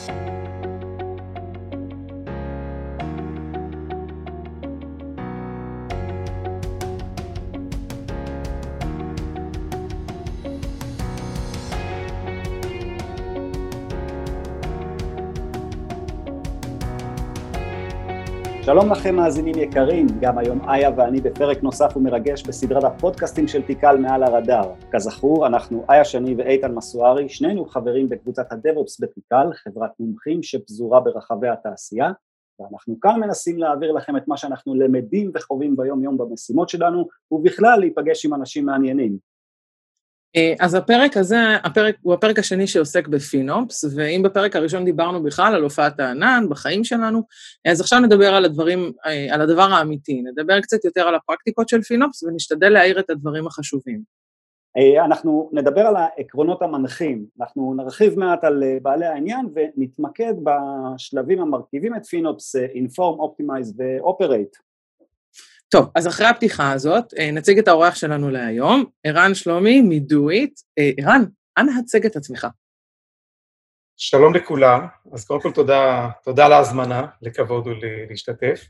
שלום לכם מאזינים יקרים, גם היום איה ואני בפרק נוסף ומרגש בסדרת הפודקאסטים של תיקל מעל הרדאר. כזכור, אנחנו איה שני ואיתן מסוארי, שנינו חברים בקבוצת הדב-אופס בתיקל, חברת מומחים שפזורה ברחבי התעשייה, ואנחנו כאן מנסים להעביר לכם את מה שאנחנו למדים וחווים ביום יום במשימות שלנו, ובכלל להיפגש עם אנשים מעניינים. אז הפרק הזה, הוא הפרק השני שעוסק בפינופס, ואם בפרק הראשון דיברנו בכלל על הופעת הענן בחיים שלנו, אז עכשיו נדבר על הדבר האמיתי, נדבר קצת יותר על הפרקטיקות של פינופס, ונשתדל להעיר את הדברים החשובים. אנחנו נדבר על העקרונות המנחים, אנחנו נרחיב מעט על בעלי העניין, ונתמקד בשלבים המרכיבים את פינופס, Inform, Optimize ו-Operate. טוב, אז אחרי הפתיחה הזאת, נציג את האורח שלנו להיום, ערן שלומי מדויט. ערן, אנא הצג את עצמך. שלום לכולם, אז קודם כל תודה על ההזמנה, לכבוד ולהשתתף.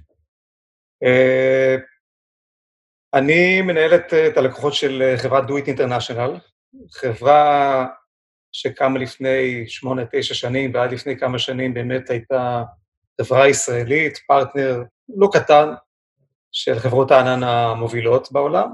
אני מנהל את הלקוחות של חברת דויט אינטרנשיונל, חברה שקמה לפני 8-9 שנים, ועד לפני כמה שנים באמת הייתה חברה ישראלית, פרטנר לא קטן, של חברות הענן המובילות בעולם,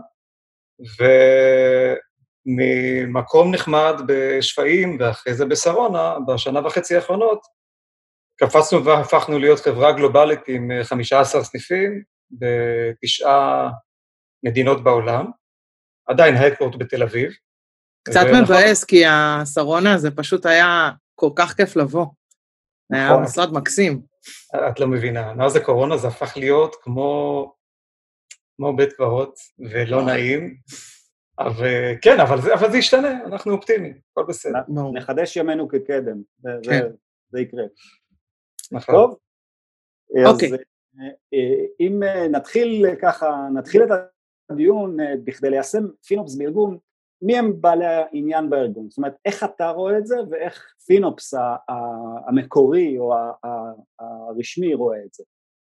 וממקום נחמד בשפעים, ואחרי זה בשרונה, בשנה וחצי האחרונות, קפצנו והפכנו להיות חברה גלובלית עם 15 סניפים, ב9 מדינות בעולם, עדיין ההדקוורטר בתל אביב. קצת מבאס, כי השרונה זה פשוט היה כל כך כיף לבוא. היה משרד מקסים. את לא מבינה, מאז הקורונה זה הפך להיות כמו בית קברות, ולא נעים, כן, אבל זה ישתנה, אנחנו אופטימיים, הכל בסדר. נחדש ימינו כקדם, זה יקרה. נכון. טוב, אז אם נתחיל את הדיון, בכדי ליישם פינופס בארגון, מי הם בעלי העניין בארגון? זאת אומרת, איך אתה רואה את זה, ואיך פינופס המקורי, או הרשמי רואה את זה?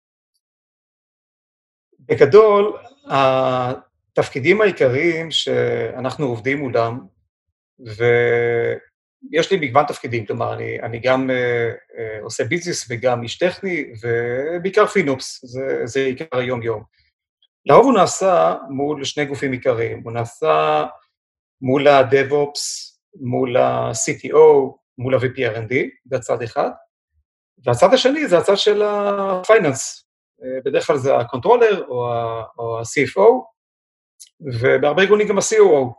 בגדול, התפקידים העיקריים שאנחנו עובדים מולם, ויש לי מגוון תפקידים, כלומר, אני גם עושה ביזנס וגם איש טכני, ובעיקר פינופס, זה עיקר היום-יום. לרוב הוא נעשה מול שני גופים עיקריים, הוא נעשה מול ה-DevOps, מול ה-CTO, מול ה-VP R&D, זה הצד אחד, והצד השני זה הצד של ה-Finance, בדרך כלל זה הקונטרולר או ה-CFO, ובהרבה ארגונים גם ה-COO.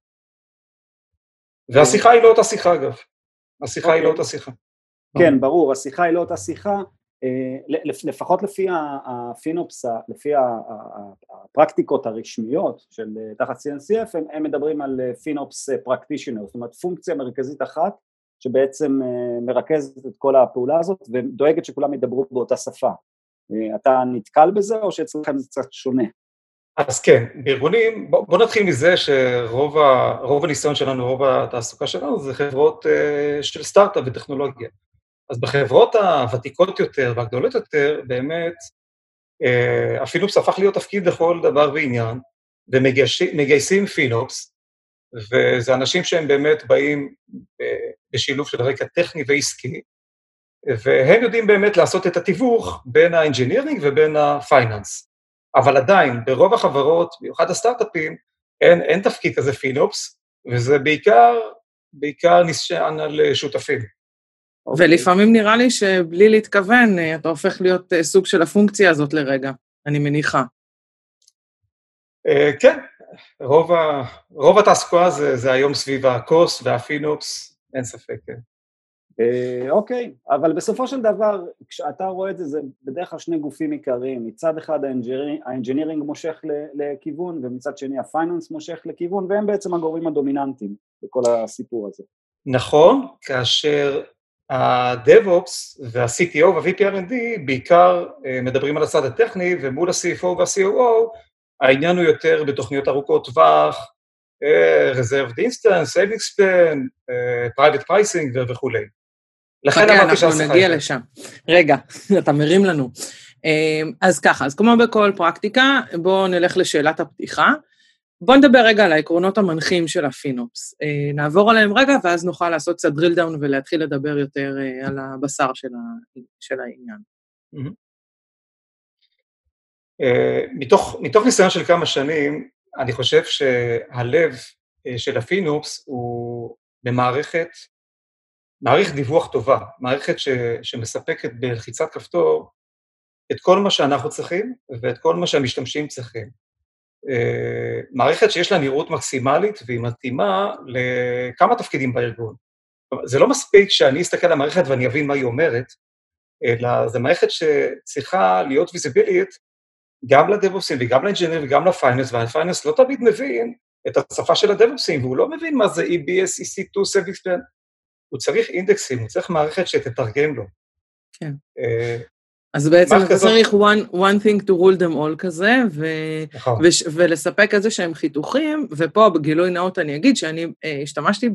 והשיחה היא לא אותה שיחה, אגב. השיחה היא לא אותה שיחה. כן, ברור, השיחה היא לא אותה שיחה, לפחות לפי הפינופס, לפי הפרקטיקות הרשמיות של תחת CNCF, הם מדברים על פינופס פרקטישנר, זאת אומרת פונקציה מרכזית אחת, שבעצם מרכזת את כל הפעולה הזאת, ודואגת שכולם ידברו באותה שפה. אתה נתקל בזה, או שאצלכם זה קצת שונה? אז כן, בארגונים, בוא נתחיל מזה שרוב הניסיון שלנו, רוב התעסוקה שלנו, זה חברות של סטארט-אפ וטכנולוגיה. אז בחברות הוותיקות יותר והגדולות יותר, באמת, הפינופס הפך להיות תפקיד לכל דבר ועניין, ומגייסים פינופס, וזה אנשים שהם באמת באים בשילוב של רקע טכני ועסקי, והם יודעים באמת לעשות את התיווך בין האנג'ינירינג ובין הפייננס. אבל עדיין, ברוב החברות, במיוחד הסטארט-אפים, אין תפקיד כזה פינופס, וזה בעיקר נשען על שותפים. ולפעמים נראה לי שבלי להתכוון, אתה הופך להיות סוג של הפונקציה הזאת לרגע, אני מניחה. כן, רוב התעסוקה זה היום סביב הקוס והפינופס, אין ספק, כן. אוקיי, אבל בסופו של דבר, כשאתה רואה את זה, זה בדרך כלל שני גופים עיקריים, מצד אחד האנג'ינירינג מושך לכיוון, ומצד שני הפייננס מושך לכיוון, והם בעצם הגורמים הדומיננטיים בכל הסיפור הזה. נכון, כאשר ה-DevOps וה-CTO וה-VP R&D בעיקר מדברים על הצד הטכני, ומול ה-CFO וה-COO, העניין הוא יותר בתוכניות ארוכות טווח, Reserved Instance, Savings Plan, Private Pricing וכו'. לכן אמרתי שהשיחה... אנחנו נגיע לשם. רגע, אתה מרים לנו. אז ככה, אז כמו בכל פרקטיקה, בואו נלך לשאלת הפתיחה. בואו נדבר רגע על העקרונות המנחים של הפינופס. נעבור עליהם רגע, ואז נוכל לעשות קצת drill down ולהתחיל לדבר יותר על הבשר של העניין. מתוך ניסיון של כמה שנים, אני חושב שהלב של הפינופס הוא במערכת דיווח טובה, מערכת שמספקת בלחיצת כפתור את כל מה שאנחנו צריכים ואת כל מה שהמשתמשים צריכים. מערכת שיש לה נראות מקסימלית והיא מתאימה לכמה תפקידים בארגון. זה לא מספיק שאני אסתכל על המערכת ואני אבין מה היא אומרת, אלא זו מערכת שצריכה להיות ויזיבילית גם לדבופסים וגם לאנג'יניר וגם לפייננס, והפייננס לא תמיד מבין את השפה של הדבופסים, והוא לא מבין מה זה EBS, EC2, Service Plan. הוא צריך אינדקסים, הוא צריך מערכת שתתרגם לו. כן. אז בעצם אתה צריך one thing to rule them all כזה, ולספק איזה שהם חיתוכים, ופה בגילוי נאות אני אגיד שאני השתמשתי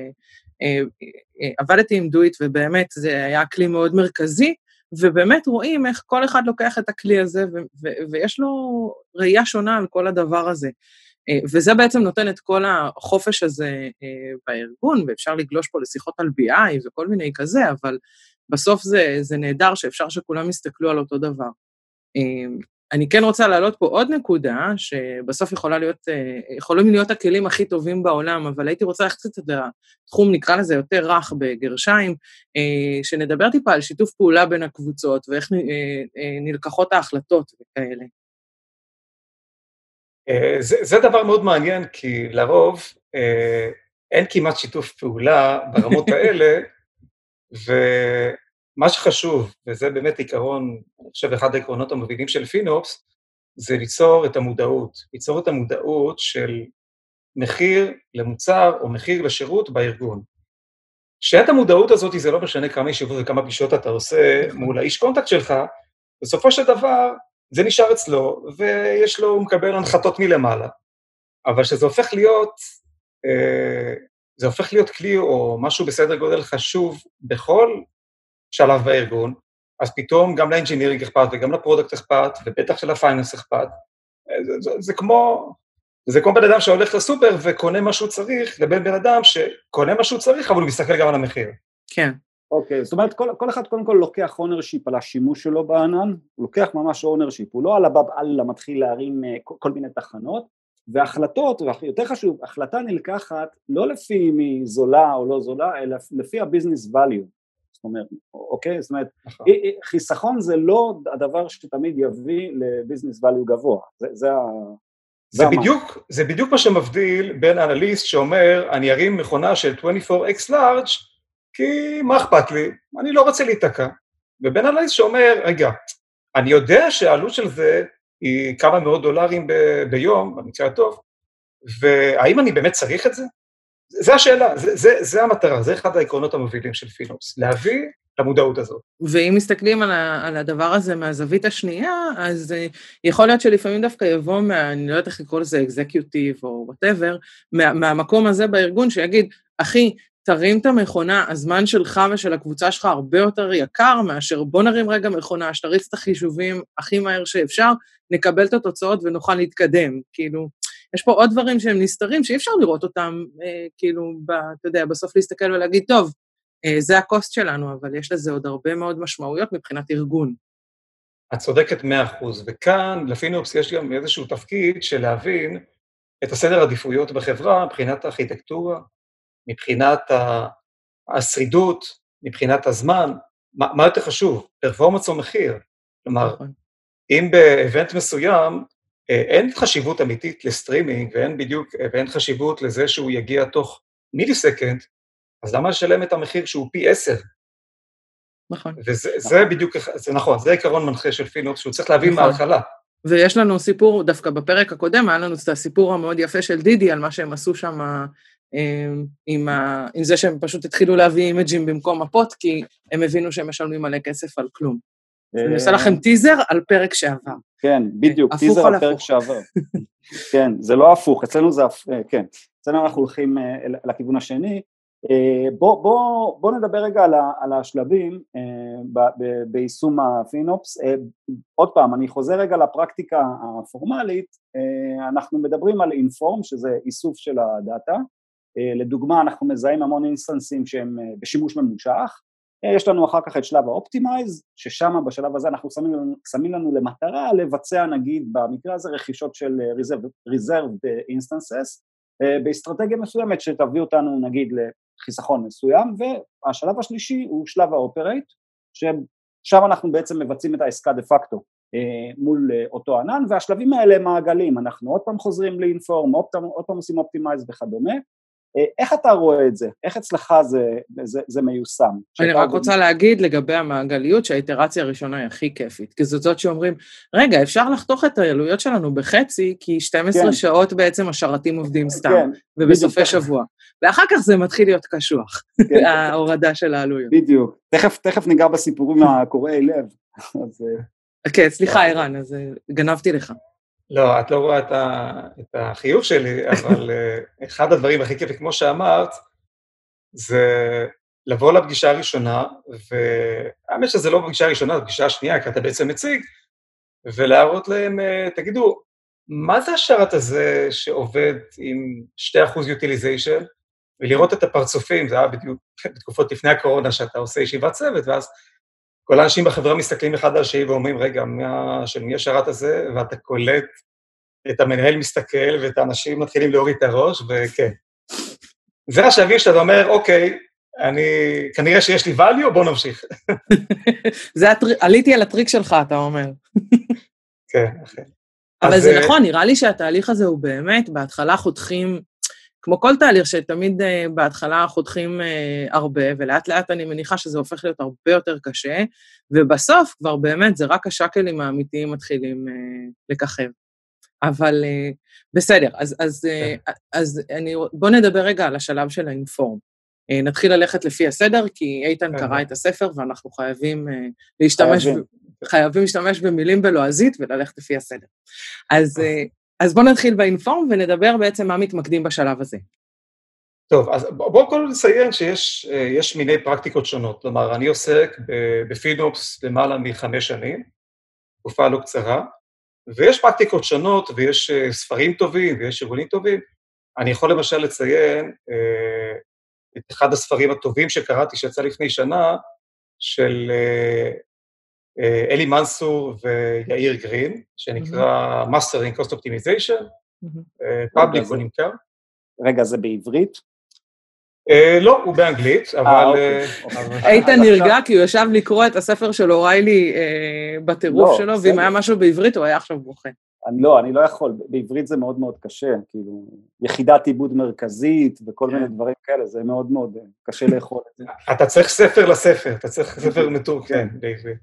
עבדתי עם דויט, ובאמת זה היה כלי מאוד מרכזי, ובאמת רואים איך כל אחד לוקח את הכלי הזה, ויש לו ראייה שונה על כל הדבר הזה. וזה בעצם נותן את כל החופש הזה בארגון, ואפשר לגלוש פה לשיחות על BI וכל מיני כזה, אבל בסוף זה נהדר שאפשר שכולם יסתכלו על אותו דבר. אני כן רוצה להעלות פה עוד נקודה, שבסוף יכולים להיות הכלים הכי טובים בעולם, אבל הייתי רוצה להחצית את התחום, נקרא לזה יותר רך בגרשיים, שנדבר טיפה על שיתוף פעולה בין הקבוצות, ואיך נלקחות ההחלטות וכאלה. זה דבר מאוד מעניין, כי לרוב אין כמעט שיתוף פעולה ברמות האלה, ומה שחשוב, וזה באמת עיקרון, אני חושב אחד העקרונות המובילים של פינופס, זה ליצור את המודעות של מחיר למוצר או מחיר לשירות בארגון. כשאת המודעות הזאת, זה לא משנה כמה ישיבות וכמה פגישות אתה עושה מול האיש קונטקט שלך, בסופו של דבר זה נשאר אצלו, ויש לו, הוא מקבל הנחתות מלמעלה. אבל שזה הופך להיות כלי או משהו בסדר גודל חשוב בכל שלב בארגון, אז פתאום גם לאנג'ינירינג אכפת וגם לפרודקט אכפת, ובטח של הפייננס אכפת. זה כמו בן אדם שהולך לסופר וקונה מה שהוא צריך, לבין בן אדם שקונה מה שהוא צריך, אבל הוא מסתכל גם על המחיר. כן. אוקיי, זאת אומרת, כל אחד קודם כל לוקח אונרשיפ על השימוש שלו בענן, הוא לוקח ממש אונרשיפ, הוא לא על הבב אללה מתחיל להרים כל מיני תחנות, והחלטות, ויותר חשוב, החלטה נלקחת לא לפי מי זולה או לא זולה, אלא לפי הביזנס ואליו. זאת אומרת, אוקיי? זאת אומרת, חיסכון זה לא הדבר שתמיד יביא לביזנס ואליו גבוה. זה בדיוק מה שמבדיל בין אנליסט שאומר, אני ארים מכונה של 24x large, כי מה אכפת לי? אני לא רוצה להתעקע. ובין אנליסט שאומר, רגע, אני יודע שהעלות של זה היא כמה מאות דולרים ביום, במקרה הטוב, והאם אני באמת צריך את זה? זה השאלה, זה המטרה, זה אחד העקרונות המובילים של פינופס, להביא למודעות הזאת. ואם מסתכלים על הדבר הזה מהזווית השנייה, אז יכול להיות שלפעמים דווקא יבוא אני לא יודעת איך לקרוא לזה אקזקיוטיב או whatever, מהמקום הזה בארגון שיגיד, אחי, תרים את המכונה, הזמן שלך ושל הקבוצה שלך הרבה יותר יקר, מאשר בוא נרים רגע מכונה, שתריץ את החישובים הכי מהר שאפשר, נקבל את התוצאות ונוכל להתקדם. כאילו, יש פה עוד דברים שהם נסתרים, שאי אפשר לראות אותם, כאילו, אתה יודע, בסוף להסתכל ולהגיד, טוב, זה הקוסט שלנו, אבל יש לזה עוד הרבה מאוד משמעויות מבחינת ארגון. את צודקת 100%, וכאן, לפינופס יש גם איזשהו תפקיד של להבין את הסדר עדיפויות בחברה, מבחינת הארכיטקטורה, מבחינת השרידות, מבחינת הזמן, מה יותר חשוב? פרפורמנס או מחיר? כלומר, אם באבנט מסוים, אין חשיבות אמיתית לסטרימינג, ואין חשיבות לזה שהוא יגיע תוך מיליסקנד, אז למה לשלם את המחיר שהוא פי 10? נכון. וזה בדיוק, זה נכון, זה עיקרון מנחה של פינופס, שהוא צריך להבין מההתחלה. ויש לנו סיפור, דווקא בפרק הקודם, היה לנו את הסיפור המאוד יפה של דידי, על מה שהם עשו שם, עם זה שהם פשוט התחילו להביא אימג'ים במקום מפות, כי הם הבינו שהם משלמים מלא כסף על כלום. אני עושה לכם טיזר על פרק שעבר. כן, בדיוק, טיזר על פרק שעבר. כן, זה לא הפוך, אצלנו זה, כן, אצלנו אנחנו הולכים לכיוון השני, בוא נדבר רגע על השלבים ביישום הפינופס. עוד פעם, אני חוזר רגע לפרקטיקה הפורמלית, אנחנו מדברים על אינפורם, שזה איסוף של הדאטה, לדוגמה אנחנו מזהים המון אינסטנסים שהם בשימוש ממושך, יש לנו אחר כך את שלב האופטימייז, ששם בשלב הזה אנחנו שמים לנו למטרה לבצע נגיד במקרה הזה רכישות של reserved instances, באסטרטגיה מסוימת שתביא אותנו נגיד לחיסכון מסוים, והשלב השלישי הוא שלב האופרייט, ששם אנחנו בעצם מבצעים את העסקה דה פקטו מול אותו ענן, והשלבים האלה מעגלים, אנחנו עוד פעם חוזרים לאינפורם, עוד פעם עושים אופטימייז וכדומה. איך אתה רואה את זה? איך אצלך זה מיושם? אני רק רוצה להגיד לגבי המעגליות שהאיטרציה הראשונה היא הכי כיפית, כי זאת שאומרים, רגע, אפשר לחתוך את העלויות שלנו בחצי, כי 12 שעות בעצם השרתים עובדים סתם, ובסופי שבוע. ואחר כך זה מתחיל להיות קשוח, ההורדה של העלויות. בדיוק. תכף ניגע בסיפורים הקוראי לב. כן, סליחה, ערן, אז גנבתי לך. לא, את לא רואה את החיוב שלי, אבל אחד הדברים הכי כיפים, כמו שאמרת, זה לבוא לפגישה הראשונה, והאמת שזה לא בפגישה הראשונה, זה פגישה השנייה, כי אתה בעצם מציג, ולהראות להם, תגידו, מה זה השרת הזה שעובד עם 2% utilization, ולראות את הפרצופים, זה היה בדיוק בתקופות לפני הקורונה, שאתה עושה ישיבת צוות, ואז כל האנשים בחברה מסתכלים אחד על השני ואומרים, רגע, של מי השרת הזה? ואתה קולט את המנהל מסתכל, ואת האנשים מתחילים להוריד את הראש, וכן. זה השלבים שאתה אומר, אוקיי, כנראה שיש לי value, בוא נמשיך. עליתי על הטריק שלך, אתה אומר. כן, כן. אבל זה נכון, נראה לי שהתהליך הזה הוא באמת, בהתחלה חותכים, כמו כל תהליך שתמיד בהתחלה חותכים הרבה, ולאט לאט אני מניחה שזה הופך להיות הרבה יותר קשה, ובסוף כבר באמת זה רק השקלים האמיתיים מתחילים לככב. אבל בסדר, אז בוא נדבר רגע על השלב של האינפורם. נתחיל ללכת לפי הסדר, כי איתן קרא את הספר, ואנחנו חייבים להשתמש במילים בלועזית, וללכת לפי הסדר. אז בואו נתחיל באינפורם, ונדבר בעצם מה מתמקדים בשלב הזה. טוב, אז בואו כל לציין שיש מיני פרקטיקות שונות. כלומר, אני עוסק בפינופס למעלה מ5 שנים, תקופה לא קצרה, ויש פרקטיקות שונות, ויש ספרים טובים, ויש ארגונים טובים. אני יכול למשל לציין את אחד הספרים הטובים שקראתי, שיצא לפני שנה, של אלי מנסור ויאיר גרין, שנקרא Mastering Cost Optimization, פאבליק הוא נמכר. רגע, זה בעברית? לא, הוא באנגלית, אבל... איתן נרגע, כי הוא ישב לקרוא את הספר של אוריילי בטירוף שלו, ואם היה משהו בעברית, הוא היה עכשיו בוכה. אני לא יכול, בעברית זה מאוד מאוד קשה, כאילו, יחידת עיבוד מרכזית וכל מיני דברים כאלה, זה מאוד מאוד קשה לאכול את זה. אתה צריך ספר לספר, אתה צריך ספר מתורגמן בעברית.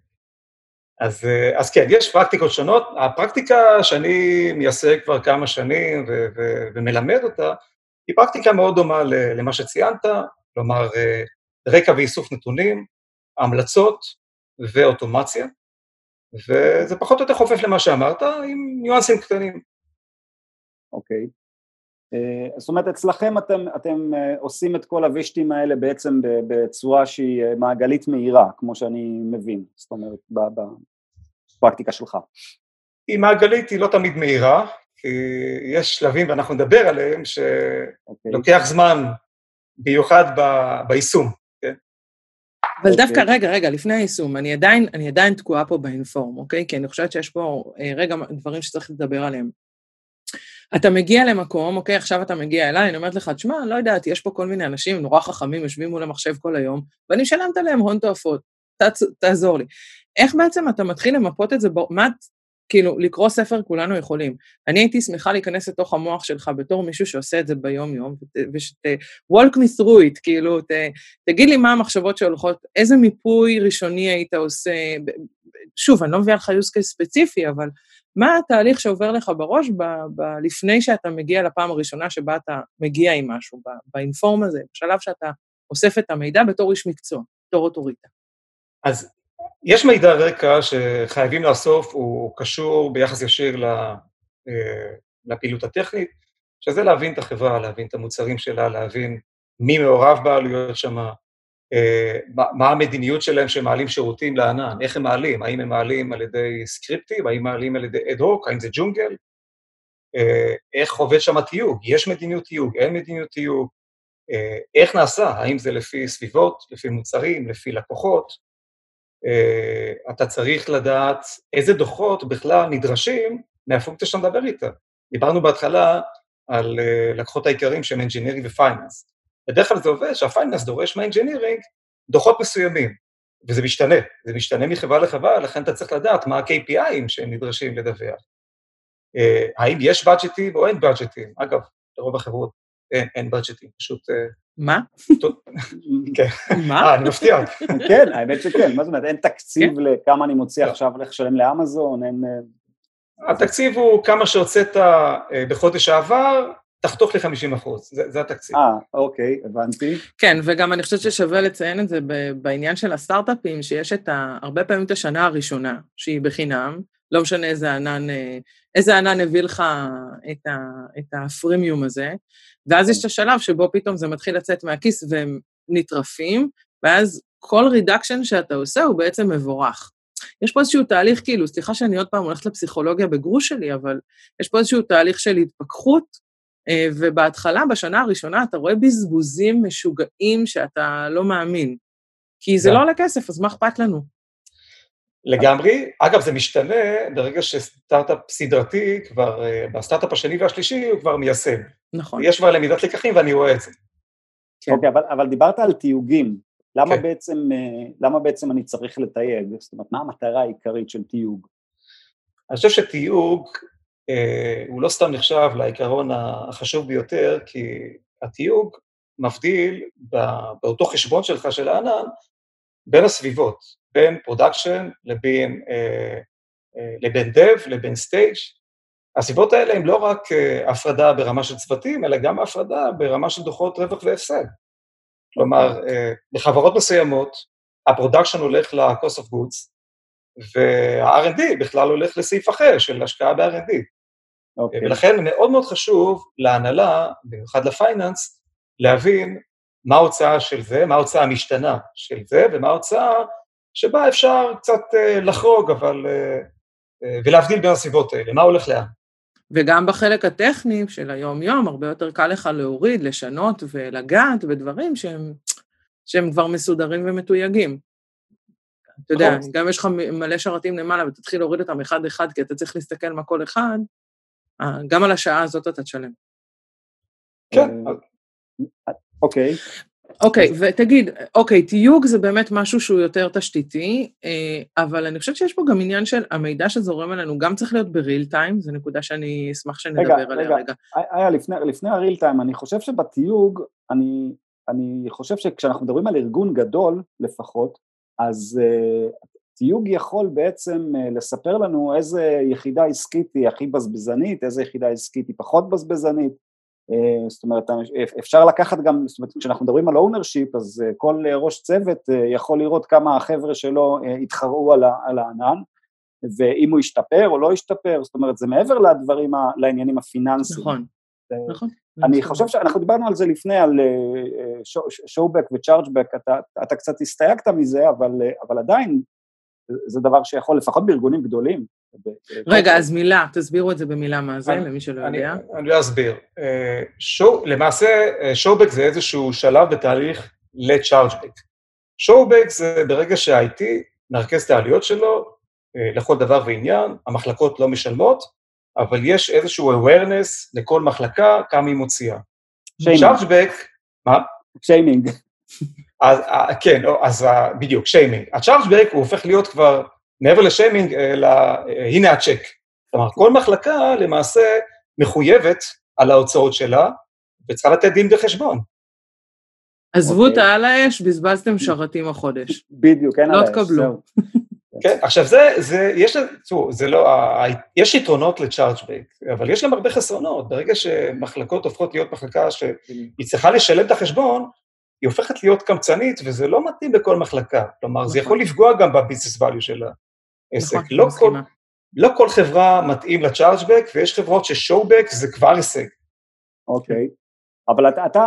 אז כן, יש פרקטיקות שונות. הפרקטיקה שאני מיישג כבר כמה שנים ומלמד אותה, היא פרקטיקה מאוד דומה למה שציינת, כלומר, רקע ואיסוף נתונים, המלצות ואוטומציה, וזה פחות או יותר חופף למה שאמרת, עם ניואנסים קטנים. אוקיי. זאת אומרת, אצלכם אתם עושים את כל הווישטים האלה בעצם בצורה שהיא מעגלית מהירה, כמו שאני מבין, זאת אומרת, בפרקטיקה שלך. היא מעגלית, היא לא תמיד מהירה, כי יש שלבים, ואנחנו נדבר עליהם, שלוקח זמן, במיוחד ביישום. כן? אבל דווקא, רגע, לפני היישום, אני עדיין תקועה פה באינפורם, אוקיי? כי אני חושבת שיש פה רגע דברים שצריך לדבר עליהם. אתה מגיע למקום, אוקיי, עכשיו אתה מגיע אליי, אני אומרת לך, תשמע, לא יודעת, יש פה כל מיני אנשים נורא חכמים, יושבים מול המחשב כל היום, ואני משלמת עליהם הון תועפות, תעזור לי. איך בעצם אתה מתחיל למפות את זה, כאילו, לקרוא ספר כולנו יכולים. אני הייתי שמחה להיכנס לתוך המוח שלך בתור מישהו שעושה את זה ביום-יום, walk me through it, כאילו, תגיד לי מה המחשבות שהולכות, איזה מיפוי ראשוני היית עושה, שוב, אני לא מביאה לך use case ספציפי, אבל מה התהליך שעובר לך בראש לפני שאתה מגיע לפעם הראשונה שבה אתה מגיע עם משהו, באינפורם הזה, בשלב שאתה אוסף את המידע בתור איש מקצוע, בתור אוטוריטה. אז יש מידע רקע שחייבים לאסוף, הוא קשור ביחס ישיר לפעילות הטכנית, שזה להבין את החברה, להבין את המוצרים שלה, להבין מי מעורב בעלויות שם, מה המדיניות שלהם שמעלים שירותים לענן, איך הם מעלים, האם הם מעלים על ידי סקריפטים, האם מעלים על ידי אד-הוק, האם זה ג'ונגל, איך עובד שם תיוג, יש מדיניות תיוג, אין מדיניות תיוג, איך נעשה, האם זה לפי סביבות, לפי מוצרים, לפי לקוחות, אתה צריך לדעת איזה דוחות בכלל נדרשים מהפונקציה שאתה מדבר איתה. דיברנו בהתחלה על לקוחות העיקרים שהם engineering ופייננס. בדרך כלל זה עובד שהפייננס דורש מה-engineering דוחות מסוימים, וזה משתנה, זה משתנה מחברה לחברה, לכן אתה צריך לדעת מה ה-KPI'ים שהם נדרשים לדווח. האם יש בדג'טים או אין בדג'טים? אגב, לרוב החברות אין בדג'טים, פשוט... מה? כן. מה? אני מפתיע. כן, האמת שכן, מה זאת אומרת, אין תקציב לכמה אני מוציא עכשיו לשלם לאמזון, אין... התקציב הוא כמה שהוצאת בחודש העבר, תחתוך לי 50%, זה התקציב. אוקיי, הבנתי. כן, וגם אני חושבת ששווה לציין את זה בעניין של הסטארט-אפים, שיש הרבה פעמים את השנה הראשונה, שהיא בחינם, לא משנה איזה ענן הביא לך את הפרימיום הזה, ואז יש את השלב שבו פתאום זה מתחיל לצאת מהכיס והם נטרפים, ואז כל רידקשן שאתה עושה הוא בעצם מבורך. יש פה איזשהו תהליך, כאילו, סליחה שאני עוד פעם הולכת לפסיכולוגיה בגרוש שלי, אבל יש פה איזשהו תהליך של התפכחות, ובהתחלה, בשנה הראשונה, אתה רואה בזבוזים משוגעים שאתה לא מאמין, כי זה לא עולה כסף, אז מה אכפת לנו? לגמרי, אגב זה משתנה ברגע שסטארט-אפ סדרתי, כבר בסטארט-אפ השני והשלישי הוא כבר מיישם. נכון. יש כבר למידת לקחים ואני רואה את זה. אוקיי, אבל דיברת על תיוגים, למה בעצם אני צריך לתייג? זאת אומרת, מה המטרה העיקרית של תיוג? אני חושב שתיוג הוא לא סתם נחשב לעיקרון החשוב ביותר, כי התיוג מבדיל באותו חשבון שלך של הענן, בין הסביבות, בין פרודקשן לבין דב, לבין סטייג'. הסביבות האלה הן לא רק הפרדה ברמה של צוותים, אלא גם הפרדה ברמה של דוחות רווח והפסד. כלומר, בחברות מסוימות, הפרודקשן הולך ל-cost of goods, וה-R&D בכלל הולך לסעיף אחר של השקעה ב-R&D. ולכן מאוד מאוד חשוב להנהלה, במיוחד לפייננס, להבין מה ההוצאה של זה, מה ההוצאה המשתנה של זה, ומה ההוצאה שבה אפשר קצת לחרוג, אבל, ולהבדיל בין הסביבות האלה, מה הולך לאן. וגם בחלק הטכני של היום-יום, הרבה יותר קל לך להוריד, לשנות ולגעת בדברים שהם כבר מסודרים ומתויגים. אתה יודע, גם יש לך מלא שרתים למעלה, ותתחיל להוריד אותם אחד-אחד, כי אתה צריך להסתכל מה כל אחד, גם על השעה הזאת אתה תשלם. כן. אוקיי. אוקיי, ותגיד, אוקיי, תיוג זה באמת משהו שהוא יותר תשתיתי, אבל אני חושבת שיש פה גם עניין של המידע שזורם עלינו, גם צריך להיות בריל טיים, זו נקודה שאני אשמח שנדבר עליה רגע. לפני הריל טיים, אני חושב שבתיוג, אני חושב שכשאנחנו מדברים על ארגון גדול לפחות, אז תיוג יכול בעצם לספר לנו איזה יחידה עסקית היא הכי בזבזנית, איזה יחידה עסקית היא פחות בזבזנית, זאת אומרת, אפשר לקחת גם, זאת אומרת, כשאנחנו מדברים על ownership, אז כל ראש צוות יכול לראות כמה החבר'ה שלו התחרו על הענן, ואם הוא ישתפר או לא ישתפר, זאת אומרת, זה מעבר לדברים, לעניינים הפיננסיים. נכון, נכון. אני חושב שאנחנו דיברנו על זה לפני, על showback ו-chargeback, אתה קצת הסתייגת מזה, אבל עדיין, זה דבר שיכול, לפחות בארגונים גדולים. רגע, אז מילה, תסבירו את זה במילה מה זה, למי שלא יודע. אני לא אסביר. למעשה, showback זה איזשהו שלב בתהליך ל-chargeback. showback זה ברגע שה-IT מרכז את העלויות שלו, לכל דבר ועניין, המחלקות לא משלמות, אבל יש איזשהו awareness לכל מחלקה, כמה היא מוציאה. chargeback, מה? שיימינג. כן, אז בדיוק, שיימינג. ה-chargeback הוא הופך להיות כבר, מעבר לשיימינג, הנה הצ'ק. כלומר, כל מחלקה למעשה מחויבת על ההוצאות שלה, וצריכה לתת דין בחשבון. עזבו את העל האש, בזבזתם שרתים החודש. בדיוק, אין על האש. לא תקבלו. כן, עכשיו יש יתרונות ל-chargeback, אבל יש גם הרבה חסרונות. ברגע שמחלקות הופכות להיות מחלקה שהיא צריכה לשלם את החשבון, היא הופכת להיות קמצנית, וזה לא מתאים לכל מחלקה. כלומר, זה יכול לפגוע גם בביזנס value של העסק. לא כל חברה מתאים ל-chargeback, ויש חברות ש-showback זה כבר הישג. אוקיי. אבל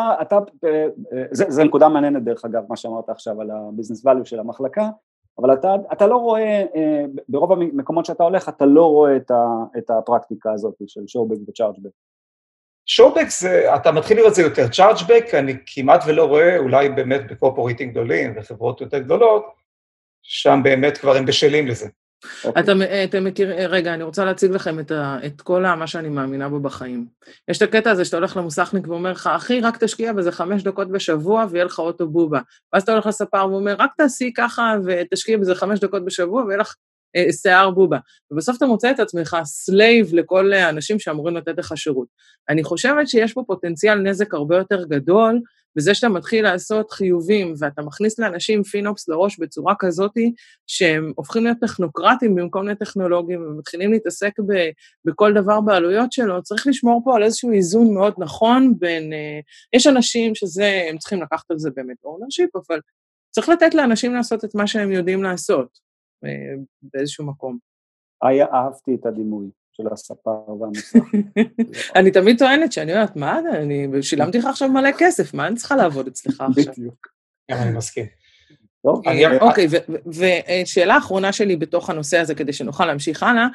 זה נקודה מעניינת דרך אגב, מה שאמרת עכשיו על הביזנס ואליו של המחלקה, אבל אתה לא רואה, ברוב המקומות שאתה הולך, אתה לא רואה את הפרקטיקה הזאת של שואובק וצ'ארג'בק. שואובק זה, אתה מתחיל לראות זה יותר, צ'ארג'בק אני כמעט ולא רואה, אולי באמת בקורפורייטים גדולים וחברות יותר גדולות, שם באמת כבר הם בשלים לזה. אתה מכיר, רגע, אני רוצה להציג לכם את כל מה שאני מאמינה בו בחיים. יש את הקטע הזה שאתה הולך למוסכניק ואומר לך, אחי, רק תשקיע בזה 5 דקות בשבוע ויהיה לך אוטו בובה. ואז אתה הולך לספר ואומר, רק תעשי ככה ותשקיע בזה 5 דקות בשבוע ויהיה לך שיער בובה. ובסוף אתה מוצא את עצמך סלייב לכל האנשים שאמורים לתת לך שירות. אני חושבת שיש פה פוטנציאל נזק הרבה יותר גדול, בזה שאתה מתחיל לעשות חיובים, ואתה מכניס לאנשים פינופס לראש בצורה כזאת, שהם הופכים להיות טכנוקרטים במקום להיות טכנולוגים, ומתחילים להתעסק בכל דבר בעלויות שלו, צריך לשמור פה על איזשהו איזון מאוד נכון, בין, יש אנשים הם צריכים לקחת על זה באמת אורנרשיפ, אבל צריך לתת לאנשים לעשות את מה שהם יודעים לעשות, באיזשהו מקום. אהבתי את הדימוי של הספר והמוסך. אני תמיד טוענת שאני יודעת, מה, אני שילמתי לך עכשיו מלא כסף, מה אני צריכה לעבוד אצלך עכשיו? בדיוק. גם אני מסכים. אוקיי, ושאלה האחרונה שלי בתוך הנושא הזה, כדי שנוכל להמשיך הלאה,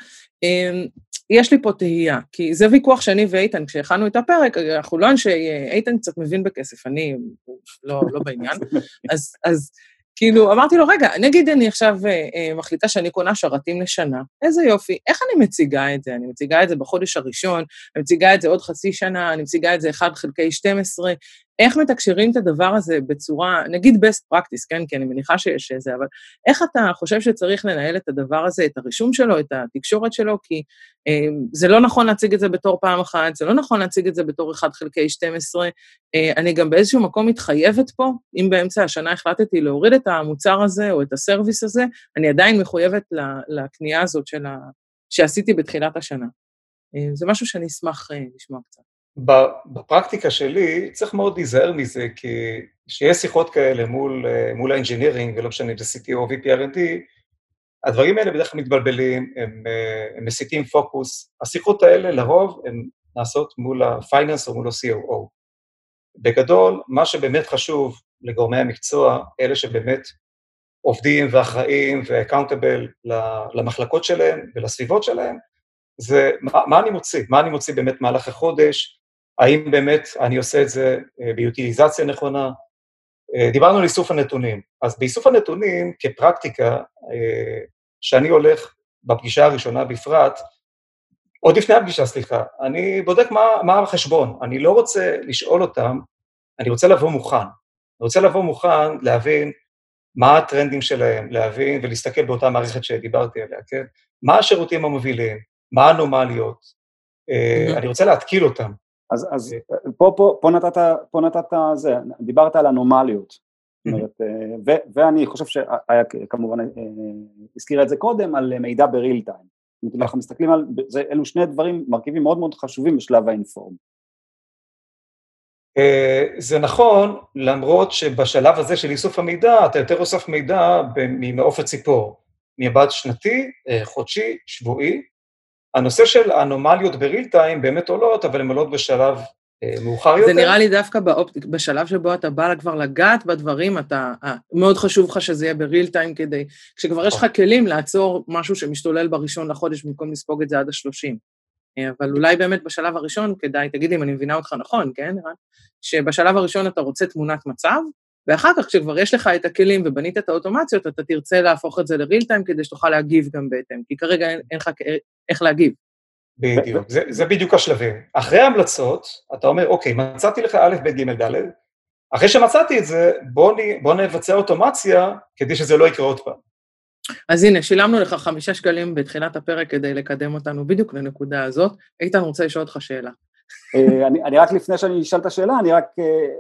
יש לי פה תהייה, כי זה ויכוח שאני ואיתן, כשהכנו את הפרק, אנחנו לא אנשי, איתן קצת מבין בכסף, אני לא בעניין, אז כאילו, אמרתי לו, רגע, נגיד אני עכשיו מחליטה שאני קונה שרתים לשנה, איזה יופי, איך אני מציגה את זה? אני מציגה את זה בחודש הראשון, אני מציגה את זה עוד חצי שנה, אני מציגה את זה 1/12, איך מתקשרים את הדבר הזה בצורה, נגיד best practice, כן? כי אני מניחה שיש זה, אבל איך אתה חושב שצריך לנהל את הדבר הזה, את הרישום שלו, את התקשורת שלו, כי זה לא נכון להציג את זה בתור פעם אחת, זה לא נכון להציג את זה בתור 1/12, אני גם באיזשהו מקום מתחייבת פה, אם באמצע השנה החלטתי להוריד את המוצר הזה, או את הסרוויס הזה, אני עדיין מחויבת לקנייה הזאת שעשיתי בתחילת השנה. זה משהו שאני אשמח לשמוע קצת. בפרקטיקה שלי צריך מאוד להיזהר מזה, כי כשיש שיחות כאלה מול האנג'ינירינג, ולא משנה, זה CTO או VP R&D, הדברים האלה בדרך כלל מתבלבלים, הם מסיטים פוקוס. השיחות האלה לרוב הן נעשות מול הפייננס או מול ה-COO. בגדול, מה שבאמת חשוב לגורמי המקצוע, אלה שבאמת עובדים ואחראים ו-accountable למחלקות שלהם ולסביבות שלהם, זה מה אני מוציא באמת מהלך החודש, האם באמת אני עושה את זה ביוטיליזציה נכונה. דיברנו על איסוף הנתונים, אז באיסוף הנתונים כפרקטיקה, שאני הולך בפגישה הראשונה בפרט, עוד לפני הפגישה, סליחה, אני בודק מה החשבון, אני לא רוצה לשאול אותם, אני רוצה לבוא מוכן, להבין מה הטרנדים שלהם, להבין ולהסתכל באותה מערכת שדיברתי עליה, כן? מה השירותים המובילים, מה האנומליות, אני רוצה להתקיל אותם. אז פה נתת זה, דיברת על אנומליות, ואני חושב שהיה כמובן, הזכירה את זה קודם, על מידע בריל טיים. אנחנו מסתכלים על, אלו שני דברים, מרכיבים מאוד מאוד חשובים בשלב האינפורם. זה נכון, למרות שבשלב הזה של איסוף המידע, אתה יותר אוסף מידע ממעוף הציפור, מבט שנתי, חודשי, שבועי. הנושא של האנומליות בריל טיים באמת עולות, אבל הן עולות בשלב מאוחר יותר. זה נראה לי דווקא בשלב שבו אתה בא כבר לגעת בדברים, מאוד חשוב לך שזה יהיה בריל טיים כדי, כשכבר יש לך כלים לעצור משהו שמשתולל בראשון לחודש, במקום לספוג את זה עד ה-30. אבל אולי באמת בשלב הראשון, כדאי, תגיד לי אם אני מבינה אותך נכון, כן? שבשלב הראשון אתה רוצה תמונת מצב, ואחר כך כשכבר יש לך את הכלים ובנית את האוטומציות, אתה תרצה להפוך את זה לריל טיים כדי שתוכל להגיב גם בהתאם, כי כרגע אין לך איך להגיב. בדיוק, זה בדיוק השלבים. אחרי ההמלצות, אתה אומר, אוקיי, מצאתי לך א', ב', ג', ד', אחרי שמצאתי את זה, בוא נבצע אוטומציה, כדי שזה לא יקרה עוד פעם. אז הנה, שילמנו לך 5 שקלים בתחילת הפרק כדי לקדם אותנו בדיוק לנקודה הזאת. איתן רוצה לשאול אותך שאלה. אני רק לפני שאני אשאל את השאלה, אני רק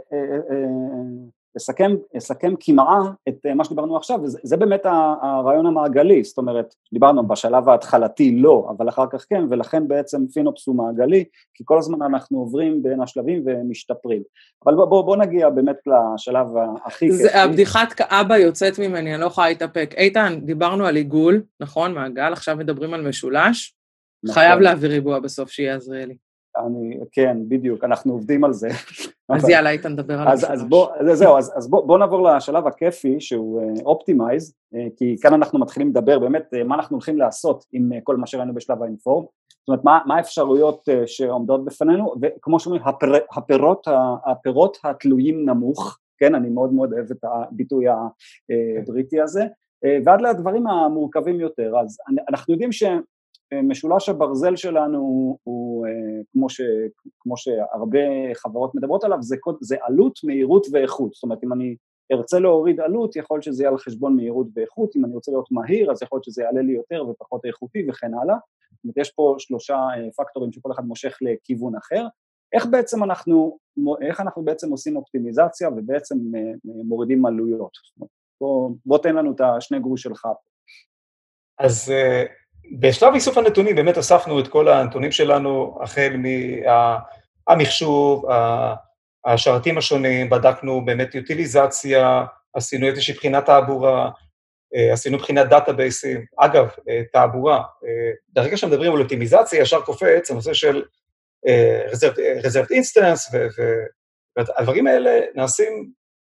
אסכם כמעה את מה שדיברנו עכשיו, וזה באמת הרעיון המעגלי, זאת אומרת, דיברנו בשלב ההתחלתי לא, אבל אחר כך כן, ולכן בעצם פינופס הוא מעגלי, כי כל הזמן אנחנו עוברים בין השלבים ומשתפרים. אבל בוא נגיע באמת לשלב הכי כיף. הבדיחת אבא יוצאת ממני, אני לא יכולה להתאפק. איתן, דיברנו על עיגול, נכון, מעגל, עכשיו מדברים על משולש, חייב להביא ריבוע בסוף שיעזרי לי. כן, בדיוק, אנחנו עובדים על זה. אז יאללה, היית נדבר על זה. אז בוא נעבור לשלב הכיפי, שהוא אופטימייז, כי כאן אנחנו מתחילים לדבר באמת מה אנחנו הולכים לעשות עם כל מה שראינו בשלב האינפורם, זאת אומרת, מה האפשרויות שעומדות בפנינו, וכמו שאומרים, הפירות התלויים נמוך, כן, אני מאוד מאוד אוהב את הביטוי הבריטי הזה, ועד לדברים המורכבים יותר, אז אנחנו יודעים משולש הברזל שלנו הוא כמו שהרבה חברות מדברות עליו, זה עלות, מהירות ואיכות, זאת אומרת אם אני ארצה להוריד עלות, יכול להיות שזה יהיה על חשבון מהירות ואיכות, אם אני רוצה להיות מהיר, אז יכול להיות שזה יעלה לי יותר ופחות איכותי וכן הלאה, זאת אומרת יש פה 3 פקטורים שכל אחד מושך לכיוון אחר, איך אנחנו בעצם עושים אופטימיזציה ובעצם מורידים עלויות, בוא תן לנו את השני גרוש שלך. אז בשלב איסוף הנתונים באמת אספנו את כל הנתונים שלנו, החל מהמחשוב, השרתים השונים, בדקנו באמת יוטיליזציה, עשינו איזושהי בחינת תעבורה, עשינו בחינת דאטאבייסים, אגב, תעבורה, ברגע שמדברים על אופטימיזציה, ישר קופץ, הנושא של reserved instance, והדברים האלה נעשים,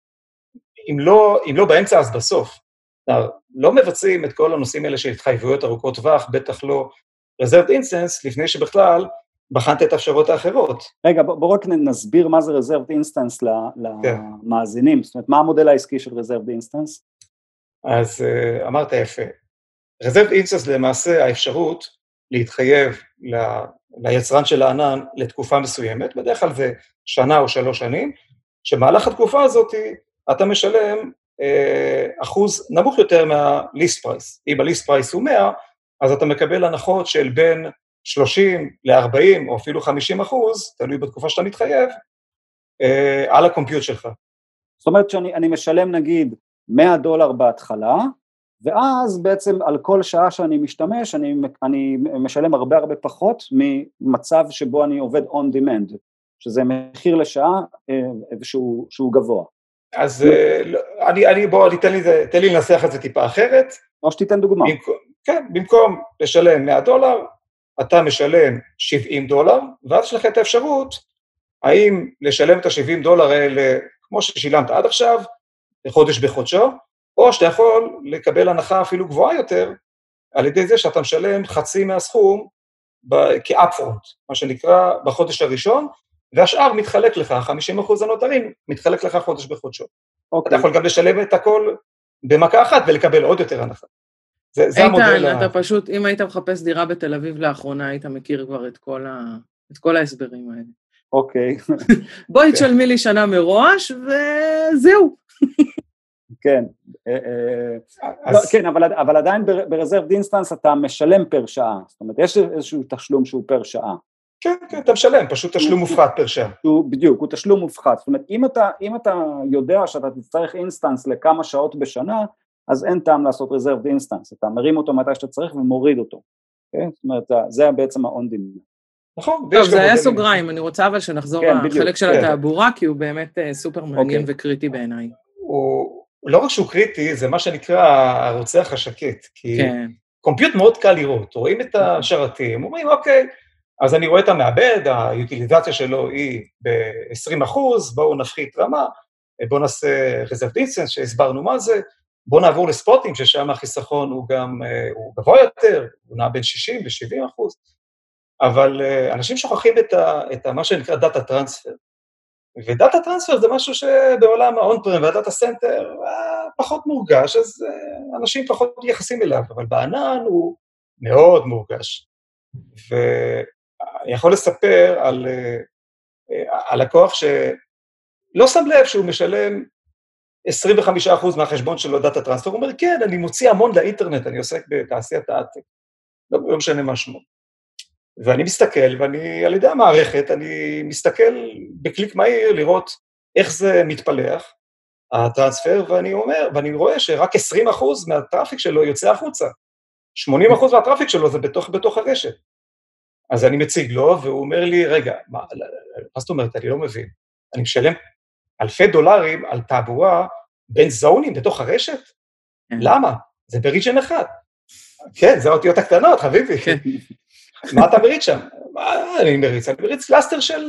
אם לא באמצע אז בסוף, לא מבצעים את כל הנושאים האלה של התחייבויות ארוכות טווח, בטח לא reserved instance, לפני שבכלל בחנת את האפשרויות האחרות. רגע, בוא רק נסביר מה זה reserved instance למאזינים, זאת אומרת, מה המודל העסקי של reserved instance? אז אמרת יפה, reserved instance למעשה האפשרות להתחייב ליצרן של הענן לתקופה מסוימת, בדרך כלל זה שנה או 3 שנים, שמהלך התקופה הזאת אתה משלם אחוז נמוך יותר מה-list price. אם ה-list price הוא 100, אז אתה מקבל הנחות של בין 30 ל-40 או אפילו 50%, תלוי בתקופה שאתה מתחייב, על הקומפיוט שלך. זאת אומרת שאני משלם נגיד $100 בהתחלה, ואז בעצם על כל שעה שאני משתמש, אני משלם הרבה הרבה פחות ממצב שבו אני עובד on demand, שזה מחיר לשעה שהוא גבוה. אז תן לי לנסח את זה טיפה אחרת. או שתיתן דוגמה. כן, במקום לשלם $100, אתה משלם $70, ואז יש לך את האפשרות, האם לשלם את $70 האלה, כמו ששילמת עד עכשיו, חודש בחודשו, או שאתה יכול לקבל הנחה אפילו גבוהה יותר, על ידי זה שאתה משלם חצי מהסכום כ-upfront, מה שנקרא בחודש הראשון, והשאר מתחלק לך, 50% הנותרים, מתחלק לך חודש בחודשו. אתה יכול גם לשלם את הכל במכה אחת ולקבל עוד יותר הנחה. זה המודל. איתן, אתה פשוט, אם היית מחפש דירה בתל אביב לאחרונה, היית מכיר כבר את כל ההסברים האלה. אוקיי. בואי תשלמי לי שנה מראש, וזהו. כן, כן, אבל עדיין ב-reserved instance אתה משלם פר שעה, זאת אומרת, יש איזשהו תשלום שהוא פר שעה. כן, אתה משלם, פשוט תשלום מופחת פר שעה. בדיוק, הוא תשלום מופחת, זאת אומרת, אם אתה יודע שאתה תצטרך אינסטנס לכמה שעות בשנה, אז אין טעם לעשות reserved instance, אתה מרים אותו מתי שאתה צריך ומוריד אותו, זאת אומרת, זה בעצם ה-on-demand. נכון. טוב, זה היה סוגריים, אני רוצה אבל שנחזור לחלק של התעבורה, כי הוא באמת סופר מעניין וקריטי בעיניי. לא רק שהוא קריטי, זה מה שנקרא הרוצח השקט, כי קומפיוט מאוד קל לראות, רואים את השרתים, אומרים, אוקיי, אז אני רואה את המעבד, היוטיליזציה שלו היא ב-20%, בואו נפחית רמה, בואו נעשה reserved instance, שהסברנו מה זה, בואו נעבור לספוטים, ששם החיסכון הוא גם, הוא גבוה יותר, הוא נע בין 60 ל-70%, אבל אנשים שוכחים את מה שנקרא דאטה טרנספר, ודאטה טרנספר זה משהו שבעולם האון-פרם והדאטה סנטר פחות מורגש, אז אנשים פחות מתייחסים אליו, אבל בענן הוא מאוד מורגש. ואני יכול לספר על לקוח שלא שם לב שהוא משלם 25% מהחשבון שלו דאטה טרנספר, הוא אומר, כן, אני מוציא המון לאינטרנט, אני עוסק בתעשיית העתק, לא משנה מה שמו. ואני מסתכל, ואני על ידי המערכת, אני מסתכל בקליק מהיר לראות איך זה מתפלח, הטרנספר, ואני רואה שרק 20% מהטראפיק שלו יוצא החוצה, 80% מהטראפיק שלו זה בתוך הרשת. אז אני מציג לו, והוא אומר לי, רגע, מה זאת אומרת, אני לא מבין, אני משלם אלפי דולרים על תעבורה בין זונים בתוך הרשת? למה? זה בריג'ן אחד. כן, זה האותיות הקטנות, חביבי. מה אתה מריץ שם? אני מריץ קלאסטר של